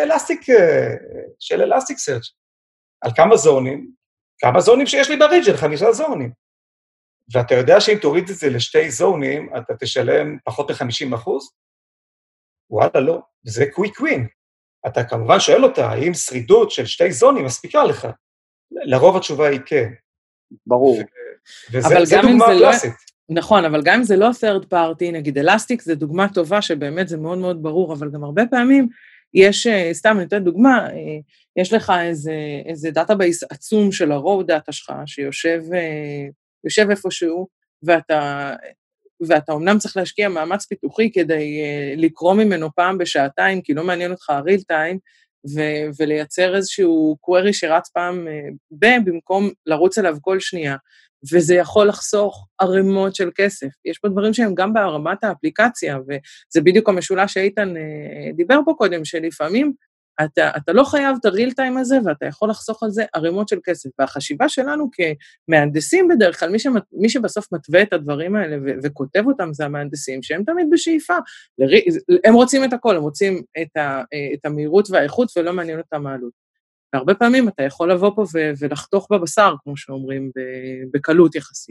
אלסטיק סרצ' על כמה זונים שיש לי בריג'ן, 5 זונים. ואתה יודע שאם תוריד את זה לשתי זונים, אתה תשלם פחות מ-50%? וואלה, לא. זה קוויק ווין. אתה כמובן שואל אותה, האם שרידות של 2 זונים מספיקה לך? לרוב התשובה היא כן. ברור. וזה דוגמה קלאסית. נכון, אבל גם אם זה לא third party, נגיד אלסטיק זה דוגמה טובה שבאמת זה מאוד מאוד ברור, אבל גם הרבה פעמים יש, סתם אני נותן דוגמה, יש לך איזה דאטאבייס עצום של הרוב דאטה שלך, שיושב איפשהו, ואתה אומנם צריך להשקיע מאמץ פיתוחי כדי לקרוא ממנו פעם בשעתיים, כי לא מעניין אותך הריל טיים, ולייצר איזשהו query שרץ פעם במקום לרוץ עליו כל שנייה, וזה יכול לחסוך ערימות של כסף. יש פה דברים שהם גם ברמת האפליקציה, וזה בדיוק המשולש שאיתן דיבר פה קודם, שלפעמים אתה לא חייב את הריל טיים הזה, ואתה יכול לחסוך על זה ערימות של כסף. והחשיבה שלנו כמהנדסים בדרך כלל, מי שבסוף מתווה את הדברים האלה וכותב אותם, זה המהנדסים, שהם תמיד בשאיפה. הם רוצים את הכל, הם רוצים את המהירות והאיכות, ולא מעניין אותם העלות. והרבה פעמים אתה יכול לבוא פה ולחתוך בבשר, כמו שאומרים, בקלות יחסית.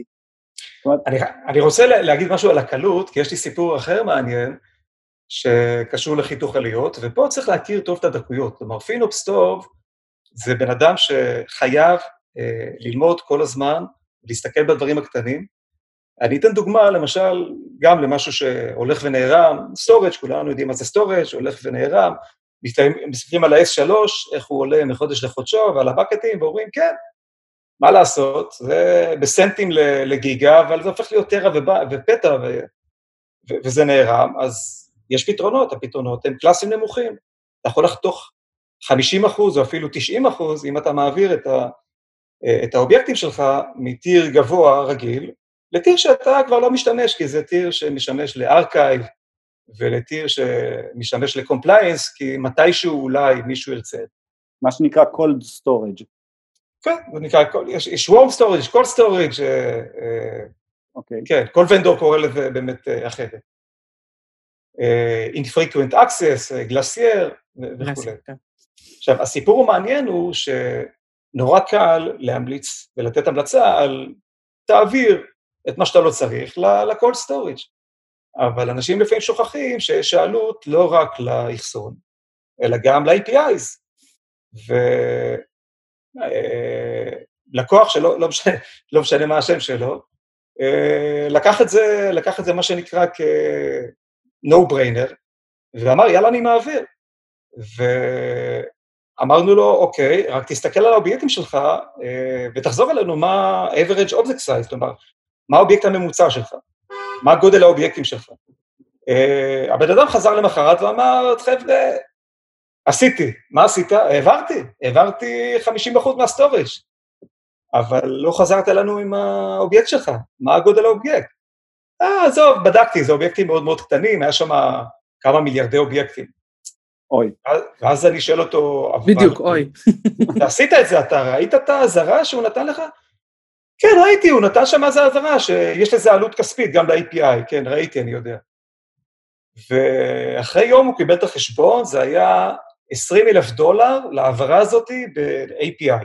אני רוצה להגיד משהו על הקלות, כי יש לי סיפור אחר מעניין, שקשור לחיתוך עליות, ופה צריך להכיר טוב את הדקויות. כלומר, פינופס טוב זה בן אדם שחייב ללמוד כל הזמן, להסתכל בדברים הקטנים. אני אתן דוגמה, למשל, גם למשהו שהולך ונערם, סטורג', כולנו יודעים מה זה סטורג', הולך ונערם, מסתכלים על ה-S3, איך הוא עולה מחודש לחודשו, ועל הבקטים, ואומרים, כן, מה לעשות? זה בסנטים לגיגה, אבל זה הופך להיות טרה ופטה, וזה נערם, אז יש פתרונות, הפתרונות הם קלאסים נמוכים. אתה יכול לחתוך 50% או אפילו 90%, אם אתה מעביר את האובייקטים שלך מטיר גבוה רגיל, לטיר שאתה כבר לא משתמש, כי זה טיר שמשמש לארכייב, ולטיר שמשמש לקומפליינס, כי מתישהו אולי מישהו ירצה. מה שנקרא cold storage. כן, זה נקרא, יש warm storage, cold storage, כן, כל ונדור קורא לזה באמת אחרת. infrequent access, גלסייר וכו'. עכשיו, הסיפור המעניין הוא שנורא קל להמליץ ולתת המלצה על תעביר את מה שאתה לא צריך ל-cold storage. אבל אנשים לפעמים שוכחים שיש עלות לא רק לאחסון, אלא גם ל-APIs. ולקוח שלא לא משנה מה השם שלו, לקח את זה מה שנקרא כ-no-brainer, ואמר, יאללה, אני מעביר. ואמרנו לו, אוקיי, רק תסתכל על האובייקטים שלך, ותחזור אלינו מה average object size, כלומר, מה האובייקט הממוצע שלך, מה גודל האובייקטים שלך. הבן אדם חזר למחרת ואמר, חבר'ה, עשיתי, מה עשית? העברתי 50% מהסטורג', אבל לא חזרת לנו עם האובייקט שלך, מה הגודל האובייקט? עזוב, בדקתי, זה אובייקטים מאוד מאוד קטנים, היה שם כמה מיליארדי אובייקטים. אוי. ואז אני שואל אותו, בדיוק, אוי. אתה עשית את זה, אתה ראית את ההזרה שהוא נתן לך? כן, ראיתי, הוא נתן שם איזה הזרה, שיש לזה עלות כספית, גם ל-API, כן, ראיתי, אני יודע. ואחרי יום הוא קיבל את החשבון, זה היה $20,000 להעברה הזאת ב-API.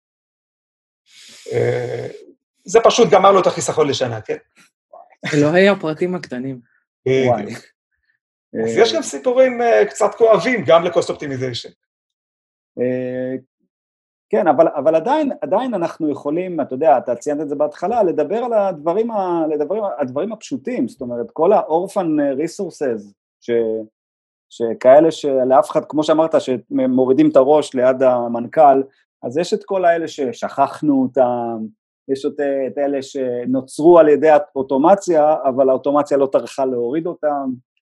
זה פשוט גמר לו את החיסכון לשנה, כן? אלוהי הפרטים הקטנים. וואי. אז יש גם סיפורים קצת כואבים, גם ל-Cost Optimization. כן, אבל עדיין אנחנו יכולים, אתה יודע, אתה ציינת את זה בהתחלה, לדבר על הדברים הפשוטים, זאת אומרת, כל ה-orphan resources, שכאלה שלאף אחד, כמו שאמרת, שמורידים את הראש ליד המנכ"ל, אז יש את כל האלה ששכחנו אותם, יש את אלה שנוצרו על ידי האוטומציה, אבל האוטומציה לא טרחה להוריד אותם,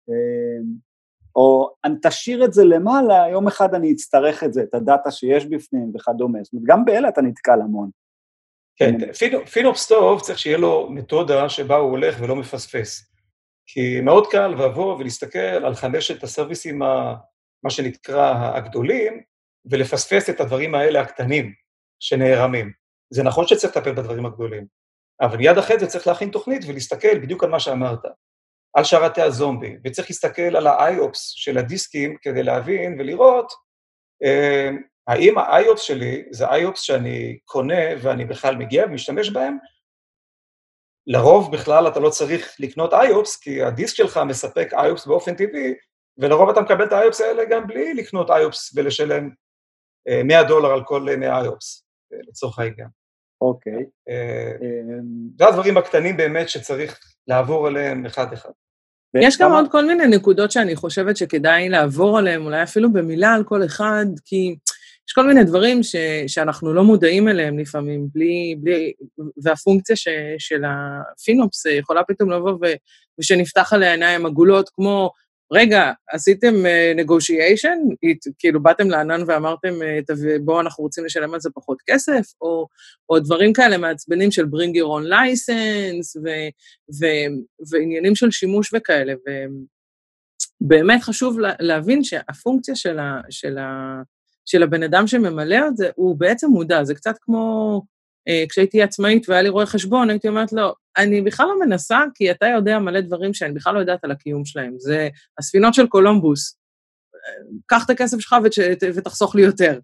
או תשאיר את זה למעלה, יום אחד אני אצטרך את זה, את הדאטה שיש בפנים וכדומה, זאת אומרת, גם באלה אתה נתקל המון. כן, פינופס טוב צריך שיהיה לו מתודה שבה הוא הולך ולא מפספס, כי מאוד קל לבוא ולהסתכל על 5 הסרוויסים, מה שנקרא הגדולים, ולפספס את הדברים האלה הקטנים שנערמים. זה נכון שצריך לטפל בדברים הגדולים, אבל מיד אחרי זה צריך להכין תוכנית ולהסתכל בדיוק על מה שאמרת. על שרתי הזומבי, וצריך להסתכל על ה-IOPS של הדיסקים כדי להבין ולראות האם ה-IOPS שלי זה IOPS שאני קונה ואני בכלל מגיע ומשתמש בהם. לרוב בכלל אתה לא צריך לקנות IOPS, כי הדיסק שלך מספק IOPS באופן טבעי, ולרוב אתה מקבל את ה-IOPS האלה גם בלי לקנות IOPS ולשלם $100 על כל 100 IOPS, לצורך העניין. אוקיי. זה הדברים הקטנים באמת שצריך לעבור עליהם אחד-אחד. יש גם עוד כל מיני נקודות שאני חושבת שכדאי לעבור עליהם, אולי אפילו במילה על כל אחד, כי יש כל מיני דברים שאנחנו לא מודעים אליהם לפעמים, והפונקציה של הפינופס יכולה פתאום לבוא ושנפתח עליה עיניים עגולות, כמו, רגע, עשיתם negotiation, כאילו באתם לענן ואמרתם, בואו אנחנו רוצים לשלם על זה פחות כסף, או דברים כאלה מעצבנים של bring your own license, ועניינים של שימוש וכאלה, ובאמת חשוב להבין שהפונקציה של הבן אדם שממלא את זה, הוא בעצם מודע, זה קצת כמו, כשהייתי עצמאית והיה לי רואה חשבון, הייתי אומרת לו, אני בכלל לא מנסה, כי אתה יודע מלא דברים שאני בכלל לא יודעת על הקיום שלהם, זה הספינות של קולומבוס, קח את הכסף שלך ותחסוך לי יותר,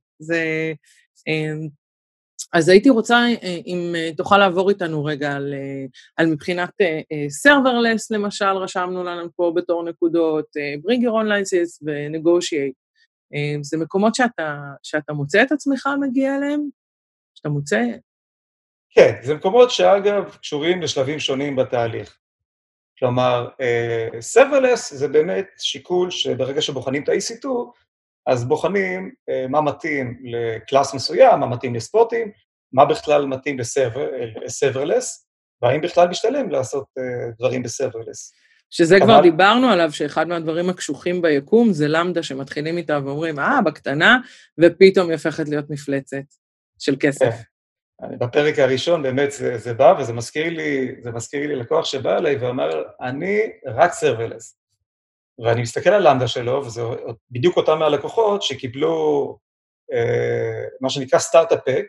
אז הייתי רוצה, אם תוכל לעבור איתנו רגע על מבחינת serverless, למשל, רשמנו לנו פה בתור נקודות, bring your own license ו-negotiate, זה מקומות שאתה מוצא את עצמך מגיע אליהם? שאתה מוצא? כן, זה מקומות שאגב קשורים לשלבים שונים בתהליך. כלומר, serverless זה באמת שיקול שברגע שבוחנים את ה-EC2, אז בוחנים מה מתאים לקלאס מסוים, מה מתאים לספוטים, מה בכלל מתאים ל-serverless, והאם בכלל משתלם לעשות דברים ב-serverless. שזה כבר דיברנו עליו, שאחד מהדברים הקשוחים ביקום, זה למדה שמתחילים איתה ואומרים, בקטנה, ופתאום היא הופכת להיות מפלצת של כסף. בפרק הראשון באמת זה בא, וזה מזכיר לי לקוח שבא אליי ואמר, אני רק serverless. ואני מסתכל על למדה שלו, וזה בדיוק אותם מהלקוחות שקיבלו מה שנקרא סטארט-אפ פק,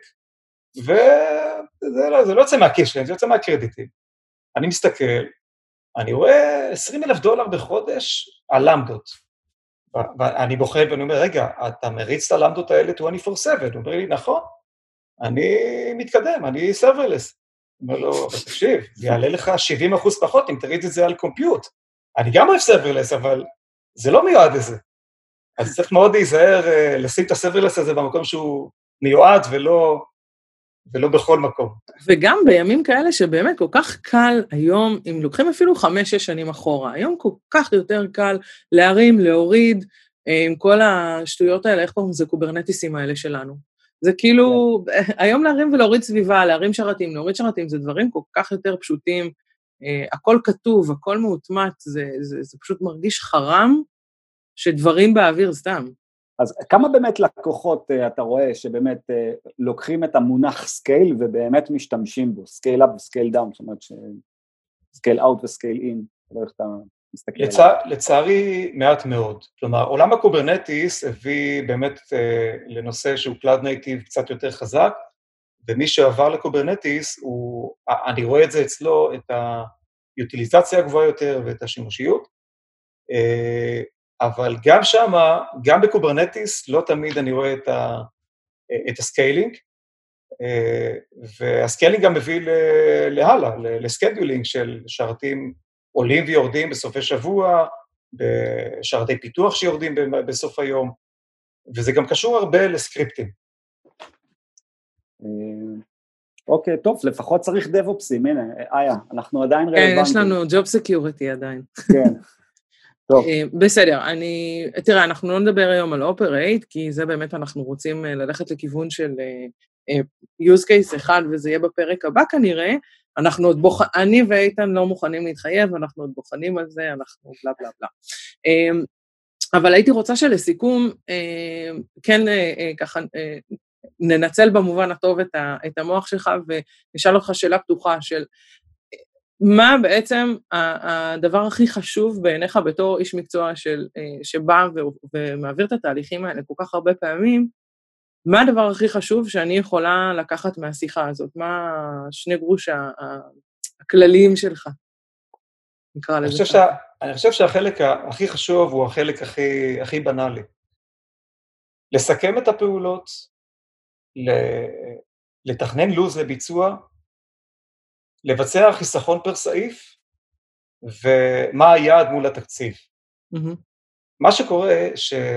וזה לא יוצא מהכיס שלהם, זה יוצא מהקרדיטים. אני מסתכל, אני רואה $20,000 בחודש על למדות. ואני בוחן ואני אומר, רגע, אתה מריץ את הלמדות האלה 24/7? הוא אומר לי, נכון, אני מתקדם, אני serverless. הוא אומר לו, תקשיב, זה יעלה לך 70% פחות אם תריץ את זה על קומפיוט. אני גם אוהב serverless, אבל זה לא מיועד לזה. אז צריך מאוד להיזהר, לשים את ה-serverless הזה במקום שהוא מיועד ולא בכל מקום. וגם בימים כאלה שבאמת כל כך קל היום, אם לוקחים אפילו 5-6 שנים אחורה, היום כל כך יותר קל להרים, להוריד, עם כל השטויות האלה, איך קוראים זה קוברנטיסים האלה שלנו. זה כאילו, היום להרים ולהוריד סביבה, להרים שרתים, להוריד שרתים, זה דברים כל כך יותר פשוטים, הכל כתוב, הכל מאוטמט, זה פשוט מרגיש חרם, שדברים באוויר סתם. אז כמה באמת לקוחות אתה רואה שבאמת לוקחים את המונח סקייל ובאמת משתמשים בו, סקייל אפ וסקייל דאון, זאת אומרת סקייל אאוט וסקייל אין, לא איך אתה מסתכל עליו. לצערי מעט מאוד, כלומר עולם הקוברנטיס הביא באמת לנושא שהוא קלאוד נייטיב קצת יותר חזק, ומי שעבר לקוברנטיס, אני רואה את זה אצלו, את היוטיליזציה הגבוהה יותר ואת השימושיות, אבל גם שמה, גם בקוברנטיס, לא תמיד אני רואה את הסקיילינג, והסקיילינג גם מביא להלאה, לסקיידולינג של שרתים עולים ויורדים בסופי שבוע, בשרתי פיתוח שיורדים בסוף היום, וזה גם קשור הרבה לסקריפטים. אוקיי, טוב, לפחות צריך DevOpsים, הנה, אנחנו עדיין רלוונטיים. כן, יש לנו Job Security עדיין. כן. טוב. בסדר, תראה, אנחנו לא נדבר היום על Operate, כי זה באמת אנחנו רוצים ללכת לכיוון של use case אחד, וזה יהיה בפרק הבא כנראה, אני ואיתן לא מוכנים להתחייב, אנחנו עוד בוחנים על זה, אנחנו בלה בלה בלה. אבל הייתי רוצה שלסיכום, כן ככה, ננצל במובן הטוב את המוח שלך, ונשאל אותך שאלה פתוחה של, מה בעצם הדבר הכי חשוב בעיניך בתור איש מקצוע שבא ומעביר את התהליכים האלה כל כך הרבה פעמים, מה הדבר הכי חשוב שאני יכולה לקחת מהשיחה הזאת? מה שני גרוש הכלליים שלך? נקרא לזה. אני חושב שהחלק הכי חשוב הוא החלק הכי בנאלי. לסכם את הפעולות, לתכנן לוז לביצוע, לבצע חיסכון פר סעיף, ומה היעד מול התקציב. מה שקורה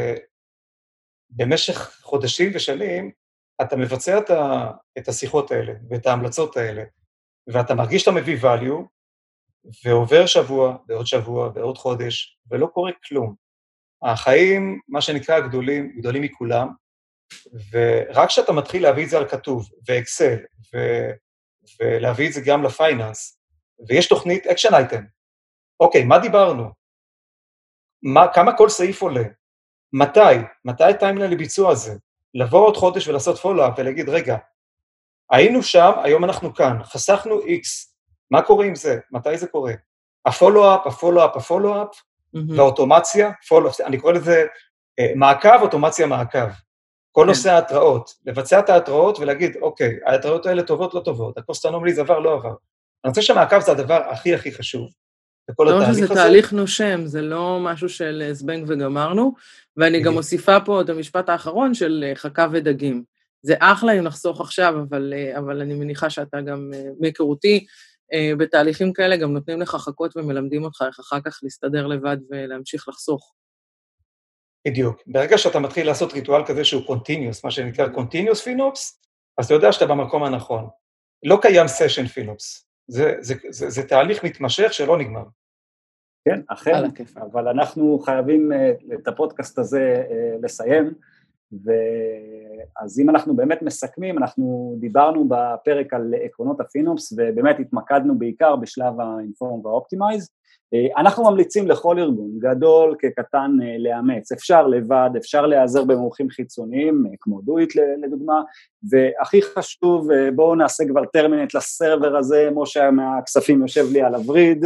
שבמשך חודשים ושנים, אתה מבצע את השיחות האלה ואת ההמלצות האלה, ואתה מרגיש שאתה מביא value, ועובר שבוע ועוד חודש, ולא קורה כלום. החיים, מה שנקרא גדולים מכולם, ורק כשאתה מתחיל להביא את זה על כתוב, ואקסל, ולהביא את זה גם לפייננס, ויש תוכנית אקשן אייטם. אוקיי, מה דיברנו? כמה כל סעיף עולה? מתי הטיימליין לביצוע הזה? לבוא עוד חודש ולעשות פולו-אפ ולהגיד, רגע, היינו שם, היום אנחנו כאן, חסכנו X, מה קורה עם זה? מתי זה קורה? הפולו-אפ, והאוטומציה, אני קורא לזה מעקב, אוטומציה מעקב. כל נושא ההתראות, לבצע את ההתראות ולהגיד, אוקיי, ההתראות האלה טובות, לא טובות, הקוסט אנומליז עבר, לא עבר. אני חושב שהמעקב זה הדבר הכי חשוב. לא שזה תהליך נושם, זה לא משהו של זבנג וגמרנו, ואני גם מוסיפה פה את המשפט האחרון של חכה ודגים. זה אחלה אם נחסוך עכשיו, אבל אני מניחה שאתה גם מהיכרותי, בתהליכים כאלה גם נותנים לך חכות ומלמדים אותך איך אחר כך להסתדר לבד ולהמשיך לחסוך. בדיוק. ברגע שאתה מתחיל לעשות ריטואל כזה שהוא continuous, מה שנקרא continuous FinOps, אז אתה יודע שאתה במקום הנכון. לא קיים session FinOps. זה תהליך מתמשך שלא נגמר. כן, אכן, אבל אנחנו חייבים את הפודקאסט הזה לסיים, אז אם אנחנו באמת מסכמים, אנחנו דיברנו בפרק על עקרונות הפינופס, ובאמת התמקדנו בעיקר בשלב האינפורם והאופטימייז. אנחנו ממליצים לכל ארגון, גדול כקטן, לאמץ, אפשר לבד, אפשר להיעזר במומחים חיצוניים, כמו דויט לדוגמה, והכי חשוב, בואו נעשה כבר טרמינט לסרבר הזה, משה מהכספים יושב לי על הווריד.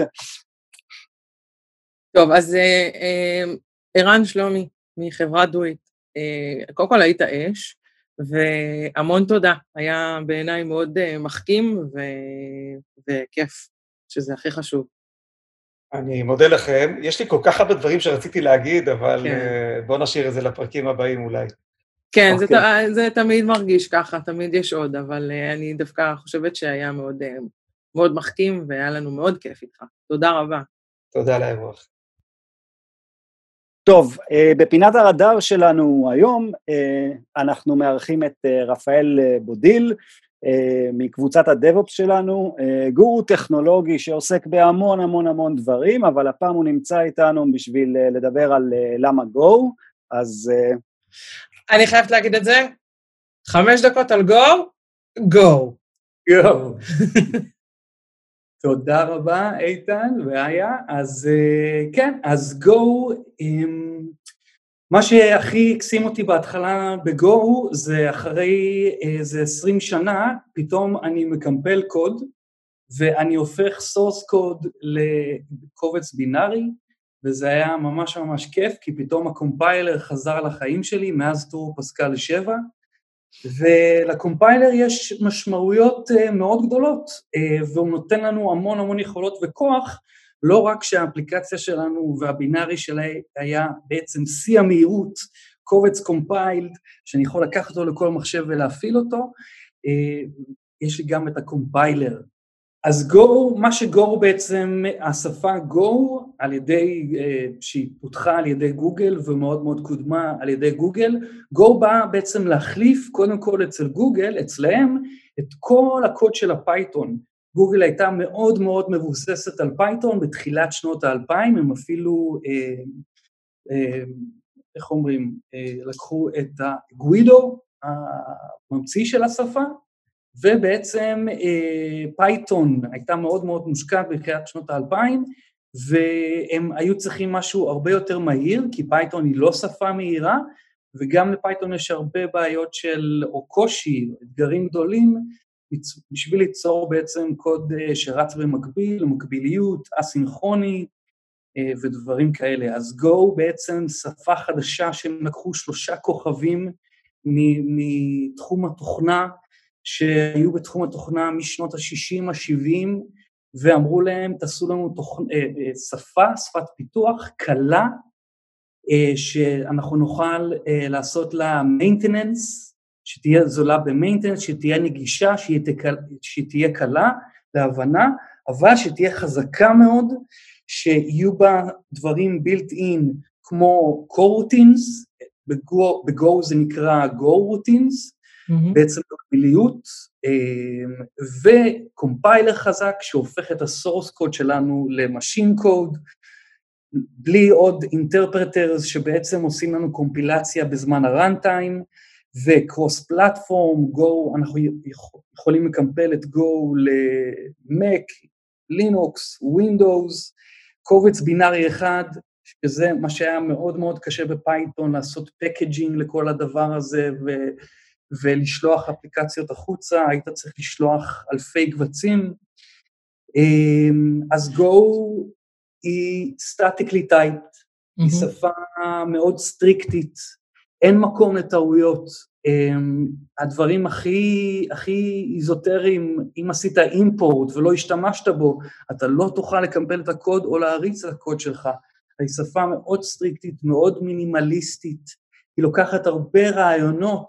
טוב, אז ערן שלומי מחברת דויט, קודם כל היית אש, והמון תודה, היה בעיניי מאוד מחכים וכיף, שזה הכי חשוב. אני מודה לכם, יש לי כל כך הרבה דברים שרציתי להגיד, אבל בואו נשאיר את זה לפרקים הבאים אולי. כן, זה תמיד מרגיש ככה, תמיד יש עוד, אבל אני דווקא חושבת שהיה מאוד מחכים, והיה לנו מאוד כיף איתך. תודה רבה. תודה על האירוח. טוב, בפינת הרדאר שלנו היום, אנחנו מארחים את רפאל בודיל, מקבוצת הדב-אופס שלנו, גורו טכנולוגי שעוסק בהמון דברים, אבל הפעם הוא נמצא איתנו בשביל לדבר על למה גו, אז... אני חייבת להגיד את זה, 5 דקות על גו. תודה רבה, איתן ואיה. אז כן, אז גו, מה שהכי הקסים אותי בהתחלה בגו, זה אחרי איזה 20 שנה, פתאום אני מקמפל קוד, ואני הופך סורס קוד לקובץ בינארי, וזה היה ממש כיף, כי פתאום הקומפיילר חזר לחיים שלי, מאז טור פסקל 7, ולקומפיילר יש משמעויות מאוד גדולות, והוא נותן לנו המון יכולות וכוח, לא רק שהאפליקציה שלנו והבינארי שלה היה בעצם שיא המהירות, קובץ קומפיילד, שאני יכול לקחת אותו לכל מחשב ולהפעיל אותו, יש לי גם את הקומפיילר. אז גו, מה שגו בעצם, השפה גו, על ידי, שהיא פותחה על ידי גוגל ומאוד קודמה על ידי גוגל, גו בא בעצם להחליף קודם כל אצל גוגל, אצלהם, את כל הקוד של הפייתון. גוגל הייתה מאוד מבוססת על פייתון בתחילת שנות ה-2000, הם אפילו, איך אומרים, לקחו את הגווידו, הממציא של השפה, ובעצם פייתון הייתה מאוד מושקעת בתחילת שנות ה-2000, והם היו צריכים משהו הרבה יותר מהיר, כי פייתון היא לא שפה מהירה, וגם לפייתון יש הרבה בעיות או קושי, אתגרים גדולים, בשביל ליצור בעצם קוד שרץ במקביל, מקביליות, אסינכרוני, ודברים כאלה. אז Go בעצם שפה חדשה שהם לקחו 3 כוכבים מתחום התוכנה, שהיו בתחום התוכנה משנות ה-60, ה-70, ואמרו להם, תעשו לנו שפת פיתוח קלה, שאנחנו נוכל לעשות לה maintenance, שתהיה זולה ב-maintenance, שתהיה נגישה, שתהיה קלה להבנה, אבל שתהיה חזקה מאוד, שיהיו בה דברים built in כמו core routines, ב-Go זה נקרא Go routines, בעצם מקביליות, וקומפיילר חזק שהופך את ה-source code שלנו ל-machine code, בלי עוד interpreters שבעצם עושים לנו קומפילציה בזמן ה-runtime, ו-cross platform, Go, אנחנו יכולים לקמפל את Go ל-Mac, Linux, Windows, קובץ בינארי אחד, שזה מה שהיה מאוד מאוד קשה בפייתון, לעשות פקג'ינג לכל הדבר הזה, ולשלוח אפליקציות החוצה, היית צריך לשלוח אלפי קבצים, אז Go היא statically typed, היא שפה מאוד סטריקטית, אין מקום לטעויות, הדברים הכי איזוטריים, אם עשית אימפורט ולא השתמשת בו, אתה לא תוכל לקמפל את הקוד או להריץ את הקוד שלך, היא שפה מאוד סטריקטית, מאוד מינימליסטית, היא לוקחת הרבה רעיונות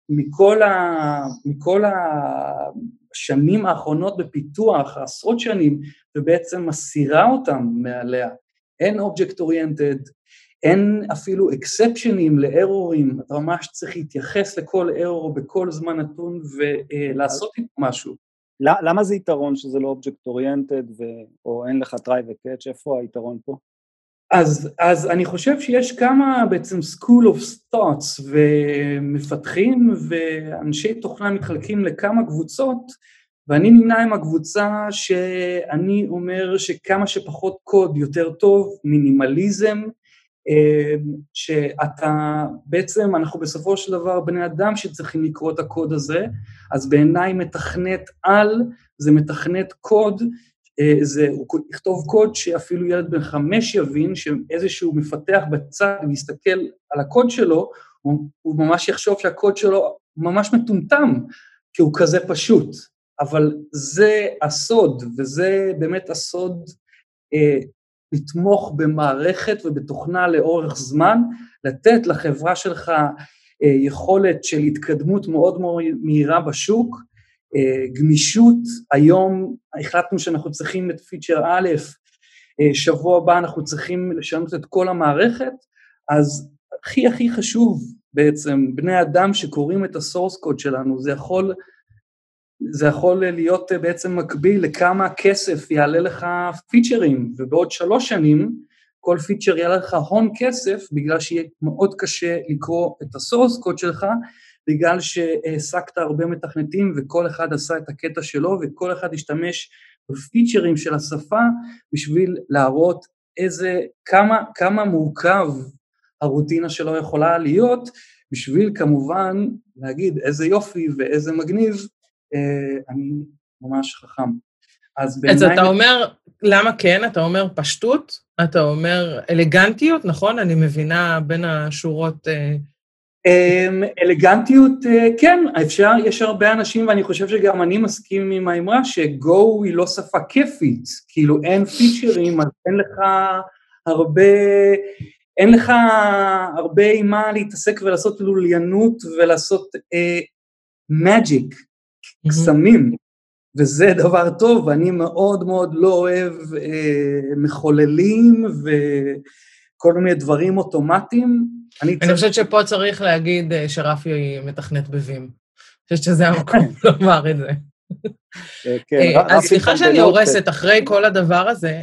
מכל השנים האחרונות בפיתוח, עשרות שנים, ובעצם מסירה אותם מעליה. אין אובייקט אוריינטד, אין אפילו אקספשנים לארורים, אתה ממש צריך להתייחס לכל ארור בכל זמן נתון ולעשות איתו משהו. למה זה יתרון שזה לא אובייקט אוריינטד, או אין לך try ו-catch, איפה היתרון פה? אז אני חושב שיש כמה בעצם school of thoughts ומפתחים ואנשי תוכנה מתחלקים לכמה קבוצות, ואני נמנה עם הקבוצה שאני אומר שכמה שפחות קוד יותר טוב, מינימליזם, שאתה בעצם, אנחנו בסופו של דבר בני אדם שצריכים לקרוא את הקוד הזה, אז בעיניי מתכנת על, זה מתכנת קוד, הוא יכתוב קוד שאפילו ילד בן 5 יבין, שאיזשהו מפתח בצד ויסתכל על הקוד שלו, הוא ממש יחשוב שהקוד שלו ממש מטומטם, כי הוא כזה פשוט, אבל זה הסוד, וזה באמת הסוד לתמוך במערכת ובתוכנה לאורך זמן, לתת לחברה שלך יכולת של התקדמות מאוד מאוד מהירה בשוק, גמישות, היום החלטנו שאנחנו צריכים את פיצ'ר א', שבוע הבא אנחנו צריכים לשנות את כל המערכת, אז הכי חשוב בעצם, בני אדם שקוראים את הסורס קוד שלנו, זה יכול להיות בעצם מקביל לכמה כסף יעלה לך פיצ'רים, ובעוד 3 שנים, כל פיצ'ר יעלה לך הון כסף, בגלל שיהיה מאוד קשה לקרוא את הסורס קוד שלך, בגלל שהעסקת הרבה מתכנתים, וכל אחד עשה את הקטע שלו, וכל אחד השתמש בפיצ'רים של השפה, בשביל להראות כמה מורכב הרוטינה שלו יכולה להיות, בשביל כמובן להגיד איזה יופי ואיזה מגניב, אני ממש חכם. אז אתה אומר, למה כן? אתה אומר פשטות? אתה אומר אלגנטיות, נכון? אני מבינה בין השורות... אלגנטיות, כן, יש הרבה אנשים, ואני חושב שגם אני מסכים עם האמרה, שגו היא לא שפה כיפית, כאילו אין פיצ'רים, אז אין לך הרבה עם מה להתעסק ולעשות לוליינות, ולעשות מג'יק, קסמים, וזה דבר טוב, ואני מאוד מאוד לא אוהב מחוללים, וכל מיני דברים אוטומטיים, אני חושבת שפה צריך להגיד שרפי מתכנת בווים. אני חושבת שזה המקום לומר את זה. אז סליחה שאני הורסת אחרי כל הדבר הזה,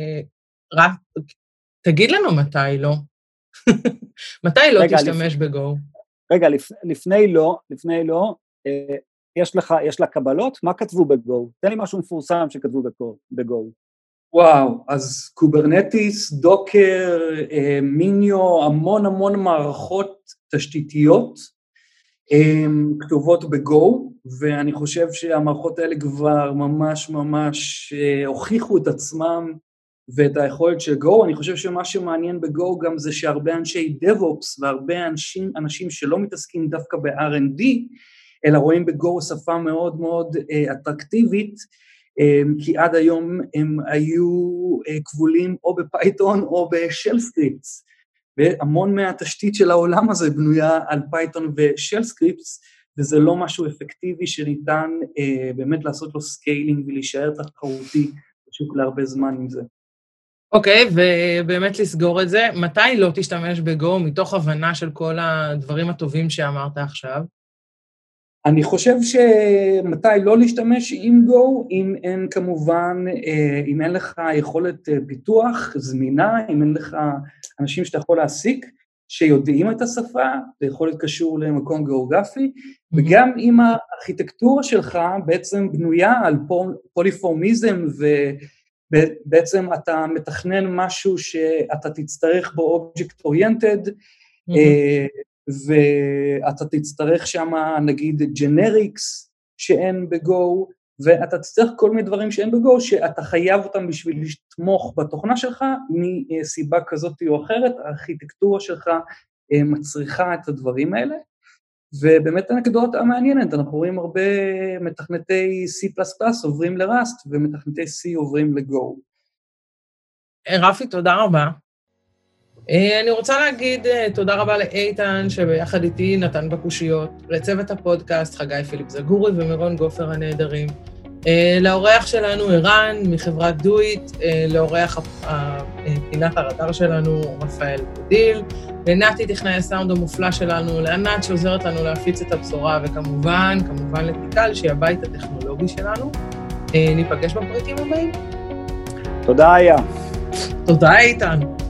תגיד לנו מתי לא. מתי לא תשתמש בגו? רגע, לפני לא, יש לה קבלות? מה כתבו בגו? תן לי משהו מפורסם שכתבו בגו. וואו, אז קוברנטיס, דוקר, מיניו, המון מערכות תשתיתיות כתובות בגו, ואני חושב שהמערכות האלה כבר ממש הוכיחו את עצמם ואת היכולת של גו. אני חושב שמה שמעניין בגו גם זה שהרבה אנשי DevOps והרבה אנשים שלא מתעסקים דווקא ב-R&D, אלא רואים בגו שפה מאוד מאוד אטרקטיבית, כי עד היום הם היו כבולים או בפייתון או בשל סקריפטס, והמון מהתשתית של העולם הזה בנויה על פייתון ושל סקריפטס, וזה לא משהו אפקטיבי שניתן באמת לעשות לו סקיילינג ולהישאר תחרותי בשוק להרבה זמן עם זה. אוקיי, ובאמת לסגור את זה, מתי לא תשתמש בגו מתוך הבנה של כל הדברים הטובים שאמרת עכשיו? אני חושב שמתי לא להשתמש עם גו, אם אין כמובן, אם אין לך יכולת פיתוח זמינה, אם אין לך אנשים שאתה יכול להעסיק, שיודעים את השפה, זה יכול להיות קשור למקום גיאוגרפי, וגם אם הארכיטקטורה שלך בעצם בנויה על פוליפורמיזם, ובעצם אתה מתכנן משהו שאתה תצטרך בו אובייקט אוריינטד, ואתה תצטרך שם נגיד ג'נריקס שאין בגו, ואתה תצטרך כל מיני דברים שאין בגו, שאתה חייב אותם בשביל לתמוך בתוכנה שלך, מסיבה כזאת או אחרת, הארכיטקטורה שלך מצריכה את הדברים האלה, ובאמת הנקדות המעניינת, אנחנו רואים הרבה מתכנתי C++ עוברים לראסט, ומתכנתי C עוברים לגו. רפי, תודה רבה. אני רוצה להגיד תודה רבה לאיתן, שביחד איתי נתן בקושיות, לצוות הפודקאסט, חגי פיליפ זגורי ומירון גופר הנהדרים, לאורח שלנו ערן מחברת דויט, לאורח פינת הרדאר שלנו רפאל בודיל, לנתי טכנאי הסאונד המופלא שלנו, לענת שעוזרת לנו להפיץ את הבשורה, וכמובן לתיקל שהיא הבית הטכנולוגי שלנו. ניפגש בפרקים הבאים. תודה איה. תודה איתן.